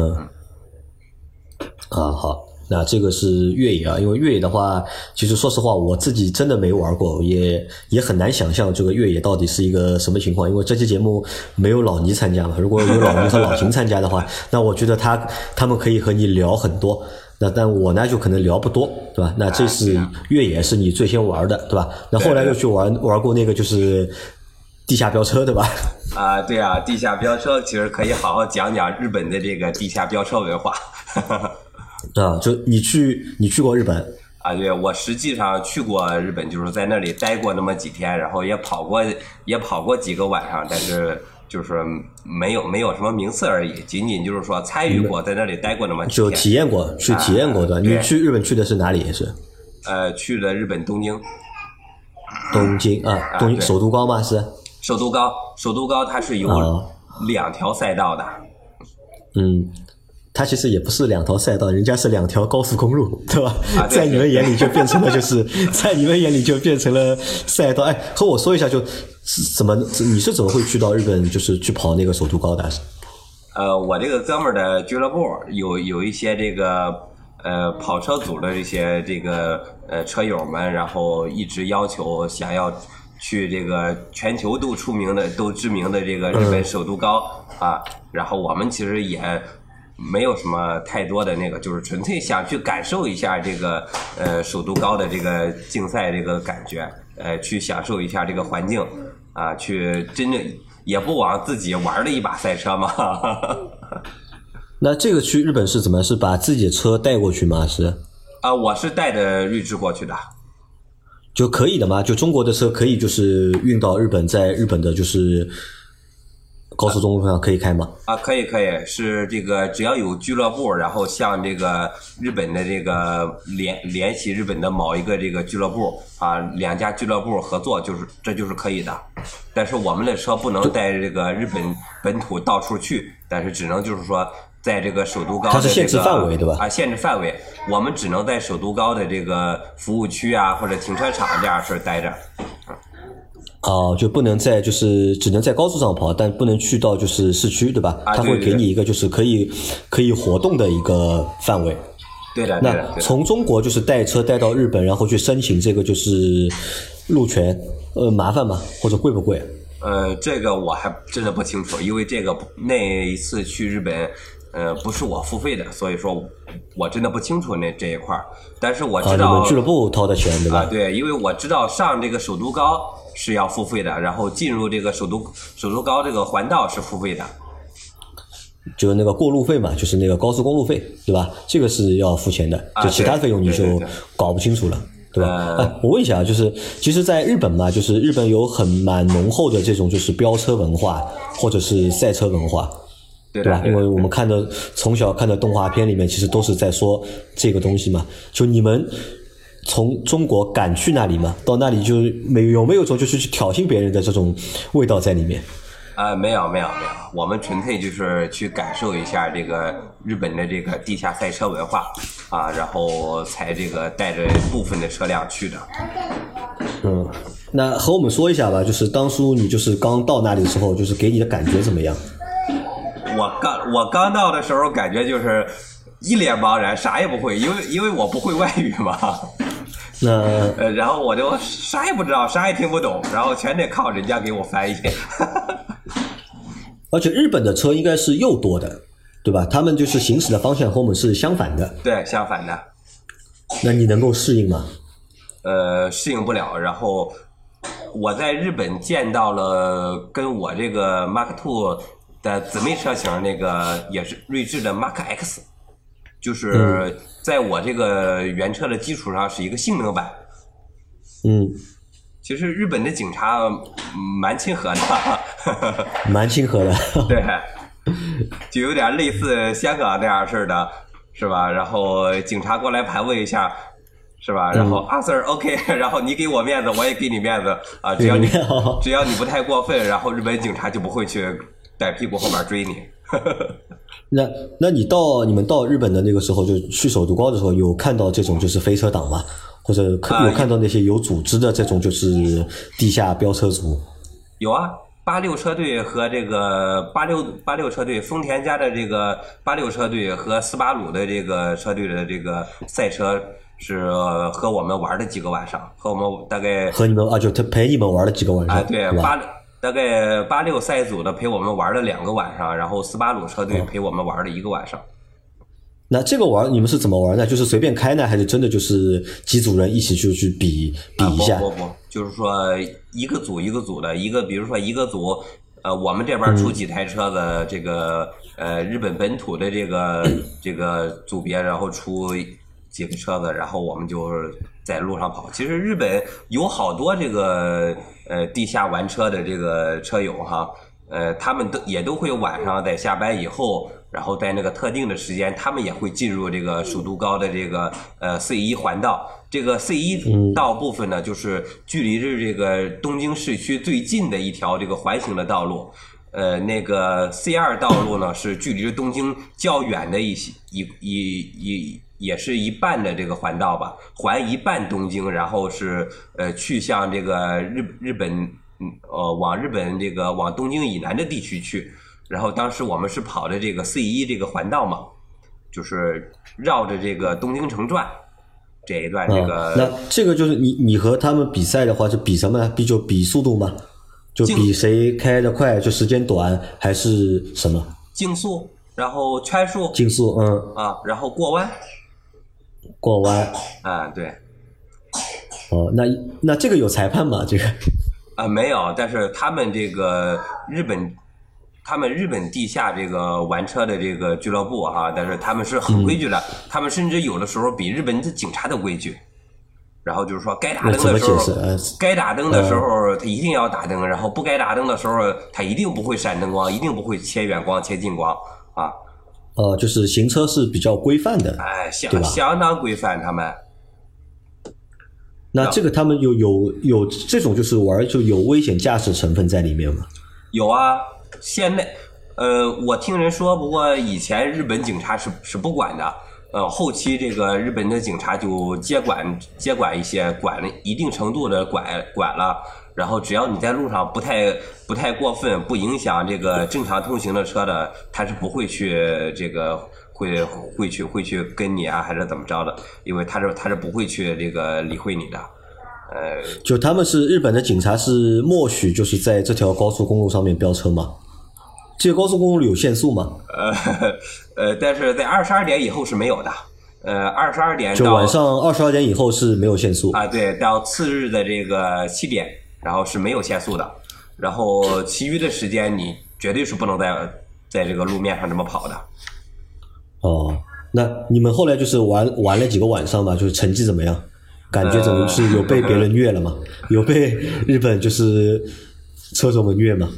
好。那这个是越野啊，因为越野的话，其实说实话，我自己真的没玩过，也很难想象这个越野到底是一个什么情况。因为这期节目没有老倪参加嘛，如果有老倪和老秦参加的话，那我觉得他们可以和你聊很多。但我呢就可能聊不多，对吧？那这是越野是你最先玩的，对吧？那后来又去玩过那个就是地下飙车，对吧？ 对啊，地下飙车其实可以好好讲讲日本的这个地下飙车文化。 就你去过日本啊？对，我实际上去过日本，就是在那里待过那么几天，然后也跑过几个晚上，但是就是没有什么名次而已，仅仅就是说参与过，在那里待过那么几天， 就体验过的。你去日本去的是哪里？是去的日本东京东京首都高吗？是首都高它是有2条赛道的。 它其实也不是2条赛道，人家是2条高速公路，对吧？ 对在你们眼里就变成了在你们眼里就变成了赛道。哎，和我说一下，你是怎么会去到日本，就是去跑那个首都高的？ 我这个哥们儿的俱乐部有一些这个跑车组的这个车友们，然后一直要求想要去这个全球都知名的这个日本首都高啊，然后我们其实也没有什么太多的那个，就是纯粹想去感受一下这个首都高的这个竞赛这个感觉，去享受一下这个环境啊，去真正也不枉自己玩了一把赛车嘛。 那这个去日本是怎么？是把自己的车带过去吗？是？ 我是带着锐志过去的。 就可以的吗？就中国的车可以就是运到日本，在日本的就是高速公路上可以开吗？ 可以，是这个只要有俱乐部，然后向这个日本的这个联系日本的某一个这个俱乐部啊，2家俱乐部合作，这就是可以的。但是我们的车不能带这个日本本土到处去，但是只能就是说在这个首都高的、这个、 它是限制范围对吧？ 限制范围，我们只能在首都高的这个服务区啊或者停车场这样是待着。 就不能在只能在高速上跑，但不能去到就是市区，对吧？它会给你一个就是可以活动的一个范围。 对的。 那从中国就是带车带到日本，然后去申请这个就是路权，麻烦吗？或者贵不贵？ 这个我还真的不清楚，因为那一次去日本，不是我付费的，所以说我真的不清楚这一块。但是我知道你们俱乐部掏的钱，对吧？ 对，因为我知道上这个首都高是要付费的，然后进入这个首都高这个环道是付费的。 就那个过路费嘛，就是那个高速公路费，对吧？这个是要付钱的，就其他费用你就搞不清楚了。对吧？我问一下，就是其实在日本嘛，就是日本有蛮浓厚的这种就是飙车文化或者是赛车文化，对吧？因为我们从小看的动画片里面，其实都是在说这个东西嘛。就你们从中国敢去那里吗？到那里就有没有种就是去挑衅别人的这种味道在里面？ 没有，我们纯粹就是去感受一下这个日本的这个地下赛车文化啊，然后才这个带着部分的车辆去的。 那和我们说一下吧，就是当初你就是刚到那里的时候，就是给你的感觉怎么样？ 我刚到的时候感觉就是一脸茫然，啥也不会，因为我不会外语嘛。然后我就啥也不知道，啥也听不懂，然后全得靠人家给我翻译。 而且日本的车应该是又多的，对吧？他们就是行驶的方向和我们是相反的。 对，相反的。 那你能够适应吗？ 适应不了。然后我在日本见到了跟我这个 Mark II 的姊妹车型，那个也是锐志的 Mark X， 就是在我这个原车的基础上是一个性能版。其实日本的警察蛮亲和的。 蛮亲和的。 对，就有点类似香港那样似的，是吧？然后警察过来盘问一下，是吧？然后Sir OK， 然后你给我面子，我也给你面子啊，只要你不太过分，然后日本警察就不会去在屁股后面追你。 那你们到日本的那个时候，就去首都高的时候，有看到这种就是飞车党吗？或者有看到那些有组织的这种就是地下飙车族？ 有啊，86车队和这个86车队，丰田家的这个86车队和斯巴鲁的这个车队的这个赛车是和我们玩了几个晚上，和我们大概和你们就他陪你们玩了几个晚上。 对，大概86赛组的陪我们玩了2个晚上，然后斯巴鲁车队陪我们玩了1个晚上。 那这个你们是怎么玩呢？就是随便开呢，还是真的就是几组人一起去比一下？ 不，就是说一个组一个组的，比如说一个组，我们这边出几台车子，这个日本本土的这个组别，然后出几个车子，然后我们就是在路上跑。其实日本有好多这个地下玩车的这个车友哈，他们也都会晚上在下班以后，然后在那个特定的时间，他们也会进入这个首都高的这个C1 环道。这个 C1 道部分呢，就是距离这个东京市区最近的一条这个环形的道路。 那个 C2 道路呢是距离东京较远的也是一半的这个环道吧，环一半东京，然后是去向这个日本往日本这个往东京以南的地区去。然后当时我们是跑的这个 C1 这个环道嘛，就是绕着这个东京城转这一段这个。 那这个就是你和他们比赛的话，就比什么呢？比速度吗？就比谁开得快，就时间短还是什么？ 竞速，然后圈速。 竞速， 然后过弯。 过弯。 啊，对。 哦，那这个有裁判吗？这个？ 没有，但是他们这个日本地下这个玩车的这个俱乐部哈，但是他们是很规矩的，他们甚至有的时候比日本的警察都规矩。然后就是说，该打灯的时候，他一定要打灯；然后不该打灯的时候，他一定不会闪灯光，一定不会切远光、切近光啊。 就是行车是比较规范的， 相当规范，他们。 那这个他们有这种就是玩就有危险驾驶成分在里面吗？ 有啊，现在我听人说，不过以前日本警察是不管的。后期这个日本的警察就接管一些，管了一定程度的管了，然后只要你在路上不太过分，不影响这个正常通行的车的，他是不会去这个会去跟你啊，还是怎么着的？因为他是不会去这个理会你的。 就他们是日本的警察是默许就是在这条高速公路上面飙车吗？这个高速公路有限速吗？ 但是在22点以后是没有的。22点到就晚上22点以后是没有限速啊，对，到次日的这个7点，然后是没有限速的。然后其余的时间你绝对是不能在这个路面上这么跑的。 哦，那你们后来就是玩了几个晚上吧？就是成绩怎么样？感觉怎么是有被别人虐了吗？有被日本就是车手们虐吗？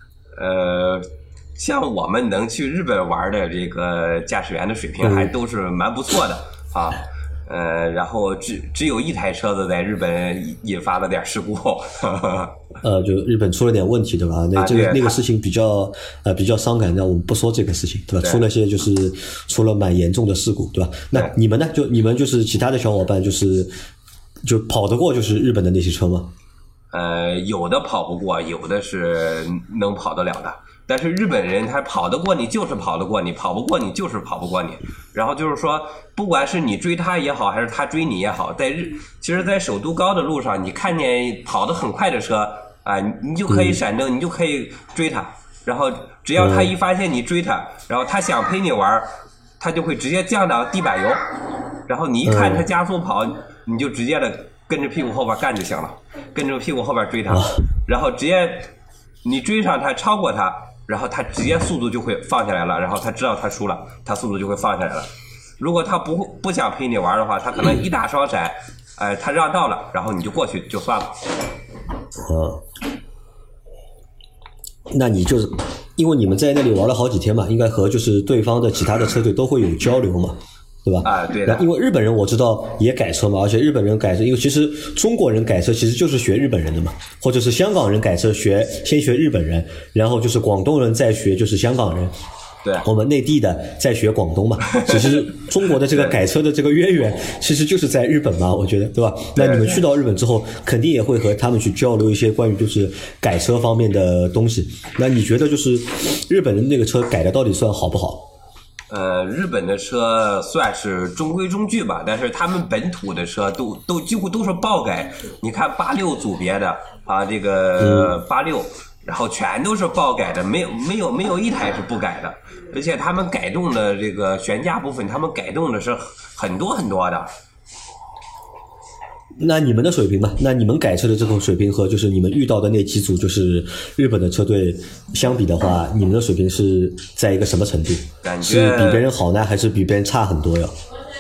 像我们能去日本玩的这个驾驶员的水平还都是蛮不错的啊。然后只有一台车子在日本引发了点事故。 就日本出了点问题，对吧？那个事情比较伤感，那我们不说这个事情，对吧？出了些就是出了蛮严重的事故，对吧？那你们呢？你们就是其他的小伙伴就跑得过就是日本的那些车吗？ 有的跑不过，有的是能跑得了的。但是日本人他跑得过你就是跑得过你，跑不过你就是跑不过你。然后就是说，不管是你追他也好，还是他追你也好，其实在首都高的路上，你看见跑得很快的车啊，你就可以闪灯，你就可以追他。然后只要他一发现你追他，然后他想陪你玩，他就会直接降到地板油。然后你一看他加速跑，你就直接的跟着屁股后边干就行了，跟着屁股后边追他，然后直接你追上他，超过他。然后他直接速度就会放下来了，然后他知道他输了，他速度就会放下来了。如果他不想陪你玩的话，他可能一打双闪，他让道了，然后你就过去就算了。 那你就是因为你们在那里玩了好几天嘛，应该和就是对方的其他的车队都会有交流嘛，对吧？ 啊，对的。 因为日本人我知道也改车嘛，而且日本人改车，因为其实中国人改车其实就是学日本人的嘛，或者是香港人改车先学日本人，然后就是广东人再学就是香港人。 对， 我们内地的在学广东嘛，其实中国的这个改车的这个渊源其实就是在日本嘛，我觉得，对吧？那你们去到日本之后，肯定也会和他们去交流一些关于就是改车方面的东西。那你觉得就是日本的那个车改的到底算好不好？ 日本的车算是中规中矩吧，但是他们本土的车都几乎都是爆改。你看86组别的啊，这个86。然后全都是爆改的，没有一台是不改的，而且他们改动的这个悬架部分，他们改动的是很多很多的。 那你们的水平吧，那你们改车的这种水平和就是你们遇到的那几组就是日本的车队相比的话，你们的水平是在一个什么程度？ 感觉是比别人好呢，还是比别人差很多呀？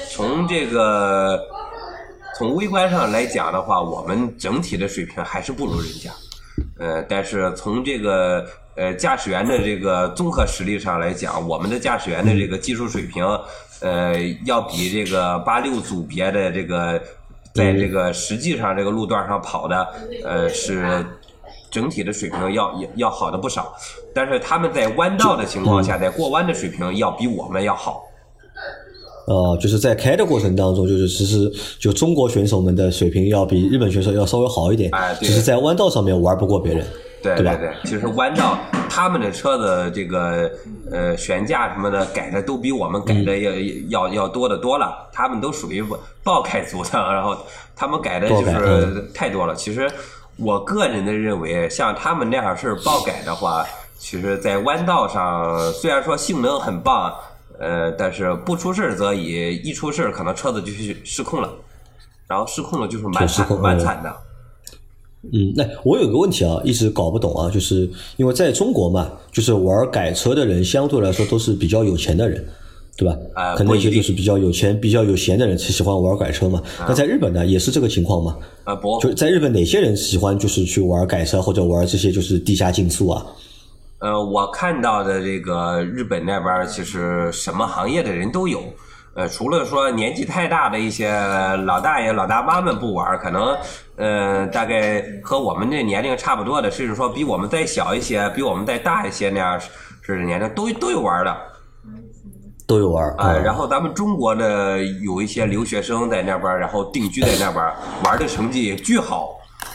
从微观上来讲的话，我们整体的水平还是不如人家。但是从这个驾驶员的这个综合实力上来讲，我们的驾驶员的这个技术水平，要比这个86组别的这个在这个实际上这个路段上跑的，是整体的水平要好的不少，但是他们在弯道的情况下，在过弯的水平要比我们要好。 就是在开的过程当中，就是其实就中国选手们的水平要比日本选手要稍微好一点，只是在弯道上面玩不过别人。对吧？ 对，其实弯道他们的车的这个悬架什么的改的都比我们改的要多得多了，他们都属于爆改族的，然后他们改的就是太多了。其实我个人的认为，像他们那样是爆改的话，其实在弯道上虽然说性能很棒，但是不出事则已，一出事可能车子就失控了，然后失控了就是蛮惨的。 那我有个问题啊，一直搞不懂啊，就是因为在中国嘛，就是玩改车的人相对来说都是比较有钱的人，对吧？可能一些就是比较有钱、比较有闲的人喜欢玩改车嘛。那在日本呢，也是这个情况吗？ 不， 就在日本哪些人喜欢就是去玩改车或者玩这些就是地下竞速啊？ 我看到的这个日本那边其实什么行业的人都有。除了说年纪太大的一些老大爷老大妈们不玩，可能大概和我们这年龄差不多的，甚至说比我们再小一些比我们再大一些那样是年龄都有玩的， 都有玩然后咱们中国的有一些留学生在那边，然后定居在那边，玩的成绩巨好，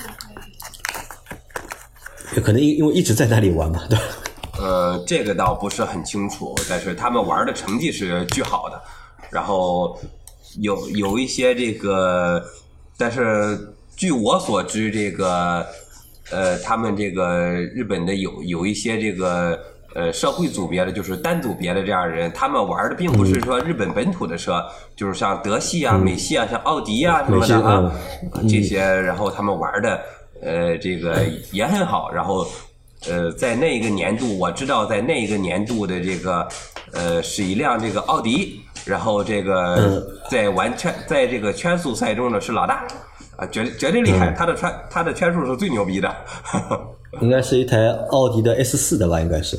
可能因为一直在那里玩嘛，对吧？ 这个倒不是很清楚，但是他们玩的成绩是巨好的。然后有一些这个，但是据我所知，这个他们这个日本的有一些这个社会组别的，就是单组别的这样的人，他们玩的并不是说日本本土的车，就是像德系啊、美系啊、像奥迪啊什么的啊这些，然后他们玩的这个也很好，然后。在那个年度，我知道在那个年度的这个是一辆这个奥迪，然后这个在这个圈速赛中呢是老大啊，绝对厉害，他的圈速是最牛逼的。 应该是一台奥迪的 S4 的吧，应该是。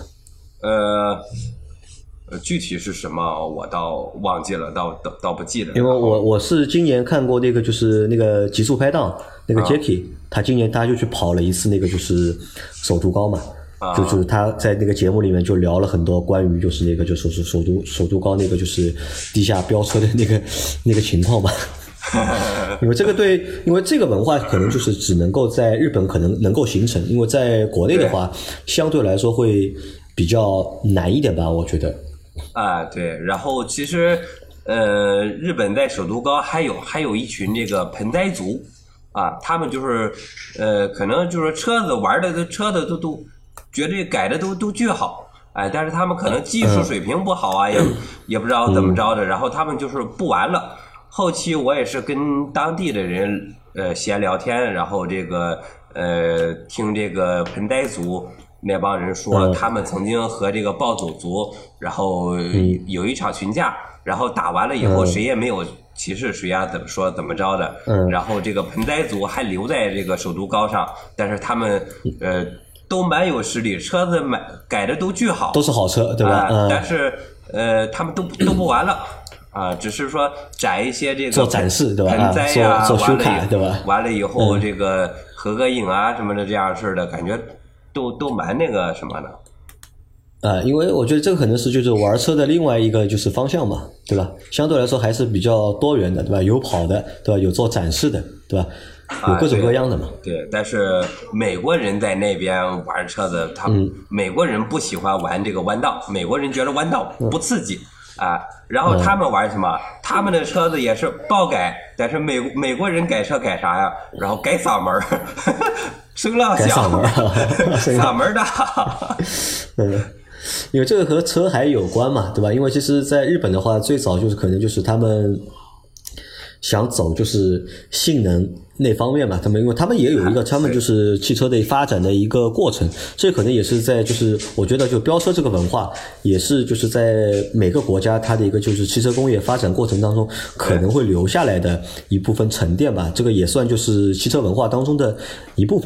具体是什么我倒忘记了，倒不记得。 因为我是今年看过那个就是那个极速拍档那个 Jackie，他今年他就去跑了一次那个就是首都高嘛，就是他在那个节目里面就聊了很多关于就是那个就是首都高那个就是地下飙车的那个情况嘛。因为这个文化可能就是只能够在日本可能能够形成，因为在国内的话相对来说会比较难一点吧，我觉得。 对，然后其实日本在首都高还有一群这个盆栽族啊，他们就是可能就是车子玩的车的都觉得改的都巨好，但是他们可能技术水平不好啊，也不知道怎么着的，然后他们就是不玩了。后期我也是跟当地的人闲聊天，然后这个听这个盆栽族那帮人说，他们曾经和这个暴走族，然后有一场群架，然后打完了以后谁也没有歧视谁啊，怎么说怎么着的，然后这个盆栽族还留在这个首都高上，但是他们都蛮有实力，车子改的都巨好， 都是好车，对吧？ 但是他们都不玩了。只是说展一些这个做展示，对吧？ 盆栽啊， 做修卡，对吧？ 完了以后，这个合个影啊什么的这样式的，感觉都蛮那个什么的。 因为我觉得这个可能是就是玩车的另外一个就是方向嘛，对吧？相对来说还是比较多元的，对吧？有跑的，对吧？有做展示的，对吧？有各种各样的嘛。 对，但是美国人在那边玩车子，美国人不喜欢玩这个弯道，美国人觉得弯道不刺激。然后他们玩什么？他们的车子也是爆改，但是美国人改车改啥呀？然后改嗓门声浪响，嗓门大。 因为这个和车还有关嘛，对吧？因为其实在日本的话，最早就是可能就是他们想走就是性能那方面嘛，因为他们也有一个他们就是汽车的发展的一个过程，这可能也是在就是我觉得就飙车这个文化也是就是在每个国家它的一个就是汽车工业发展过程当中可能会留下来的一部分沉淀吧，这个也算就是汽车文化当中的一部分。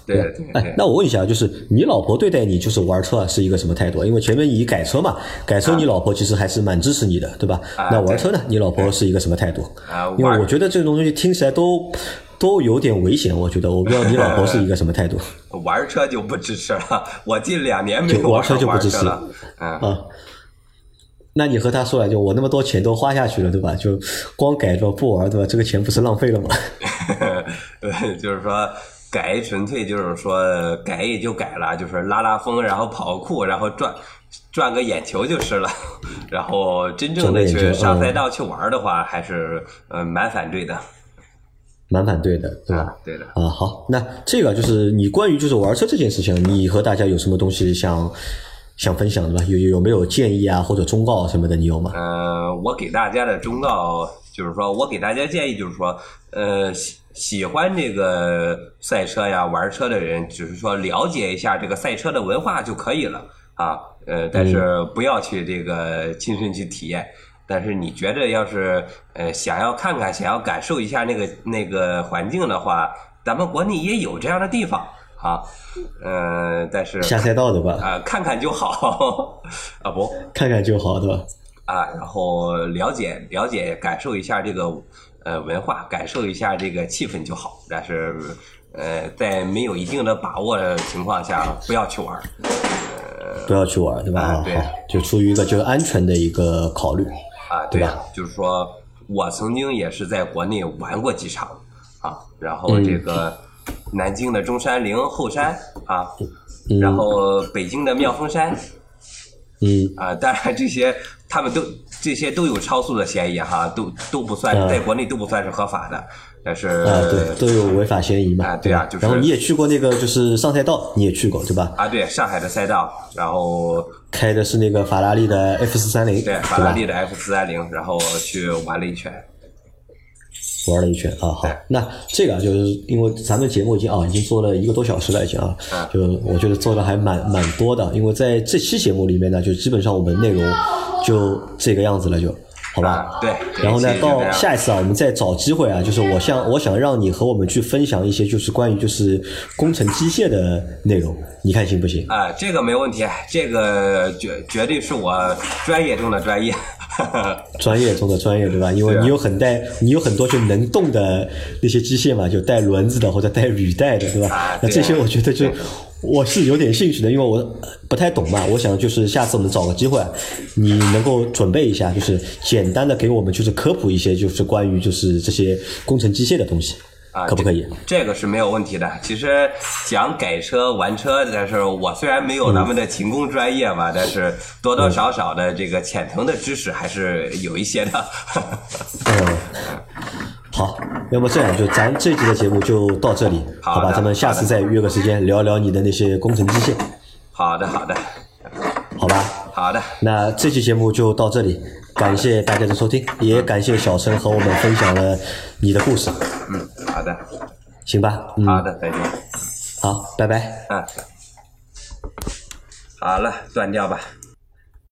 对吧？ 对对。 哎，那我问一下，就是你老婆对待你就是玩车是一个什么态度？因为前面你改车嘛，改车你老婆其实还是蛮支持你的，对吧？那玩车呢，你老婆是一个什么态度？因为我觉得这种东西听起来都有点危险，我觉得，我不知道你老婆是一个什么态度。 玩车就不支持了，我近2年没有玩车就不支持了。 那你和他说了，就我那么多钱都花下去了，对吧？就光改着不玩，对吧？这个钱不是浪费了吗？ 就是说改纯粹就是说改也就改了，就是拉拉风，然后跑酷，然后赚个眼球就是了。然后真正的去上赛道去玩的话，还是蛮反对的。 蛮反对的，对吧？ 对的。 好，那这个就是你关于就是玩车这件事情，你和大家有什么东西想分享的吧？有没有建议啊，或者忠告什么的？你有吗？ 我给大家的忠告就是说，我给大家建议就是说，喜欢这个赛车呀、玩车的人，只是说了解一下这个赛车的文化就可以了啊。但是不要去这个亲身去体验。但是你觉得要是想要看看、想要感受一下那个环境的话，咱们国内也有这样的地方。但是下赛道的吧？ 看看就好不看看就好，对吧？ 然后了解感受一下这个文化，感受一下这个气氛就好。但是在没有一定的把握的情况下，不要去玩。 不要去玩，对吧？ 对， 好，就出于一个就是安全的一个考虑对吧？ 就是说我曾经也是在国内玩过几场然后这个南京的中山陵后山然后北京的妙峰山当然他们这些都有超速的嫌疑都不算在国内都不算是合法的。但是对，都有违法嫌疑嘛。 对啊，就是然后你也去过那个就是上赛道，你也去过对吧？ 对，上海的赛道，然后开的是那个法拉利的 F430， 对，法拉利的 F430，然后去玩了一圈。 玩了一圈好，那这个就是因为咱们节目已经做了1个多小时了已经就我觉得做的还蛮多的，因为在这期节目里面呢，就基本上我们内容就这个样子了就。好吧， 对。 然后呢，到下一次我们再找机会就是我想让你和我们去分享一些就是关于就是工程机械的内容，你看行不行？ 这个没问题，这个绝对是我专业中的专业。 专业中的专业，对吧？因为你有很多就能动的那些机械嘛，就带轮子的或者带履带的，对吧？那这些我觉得我是有点兴趣的，因为我不太懂嘛。我想就是下次我们找个机会，你能够准备一下，就是简单的给我们就是科普一些，就是关于就是这些工程机械的东西。可不可以？ 这个是没有问题的。其实讲改车玩车，但是我虽然没有咱们的勤工专业吧，但是多多少少的这个浅层的知识还是有一些的。 好，要么这样，就咱这期的节目就到这里，好吧？咱们下次再约个时间聊聊你的那些工程机械。 好的， 好吧。 好的， 那这期节目就到这里，感谢大家的收听，也感谢小陈和我们分享了你的故事。 好的， 行吧。 好的，再见。 好，拜拜。 好了，断掉吧。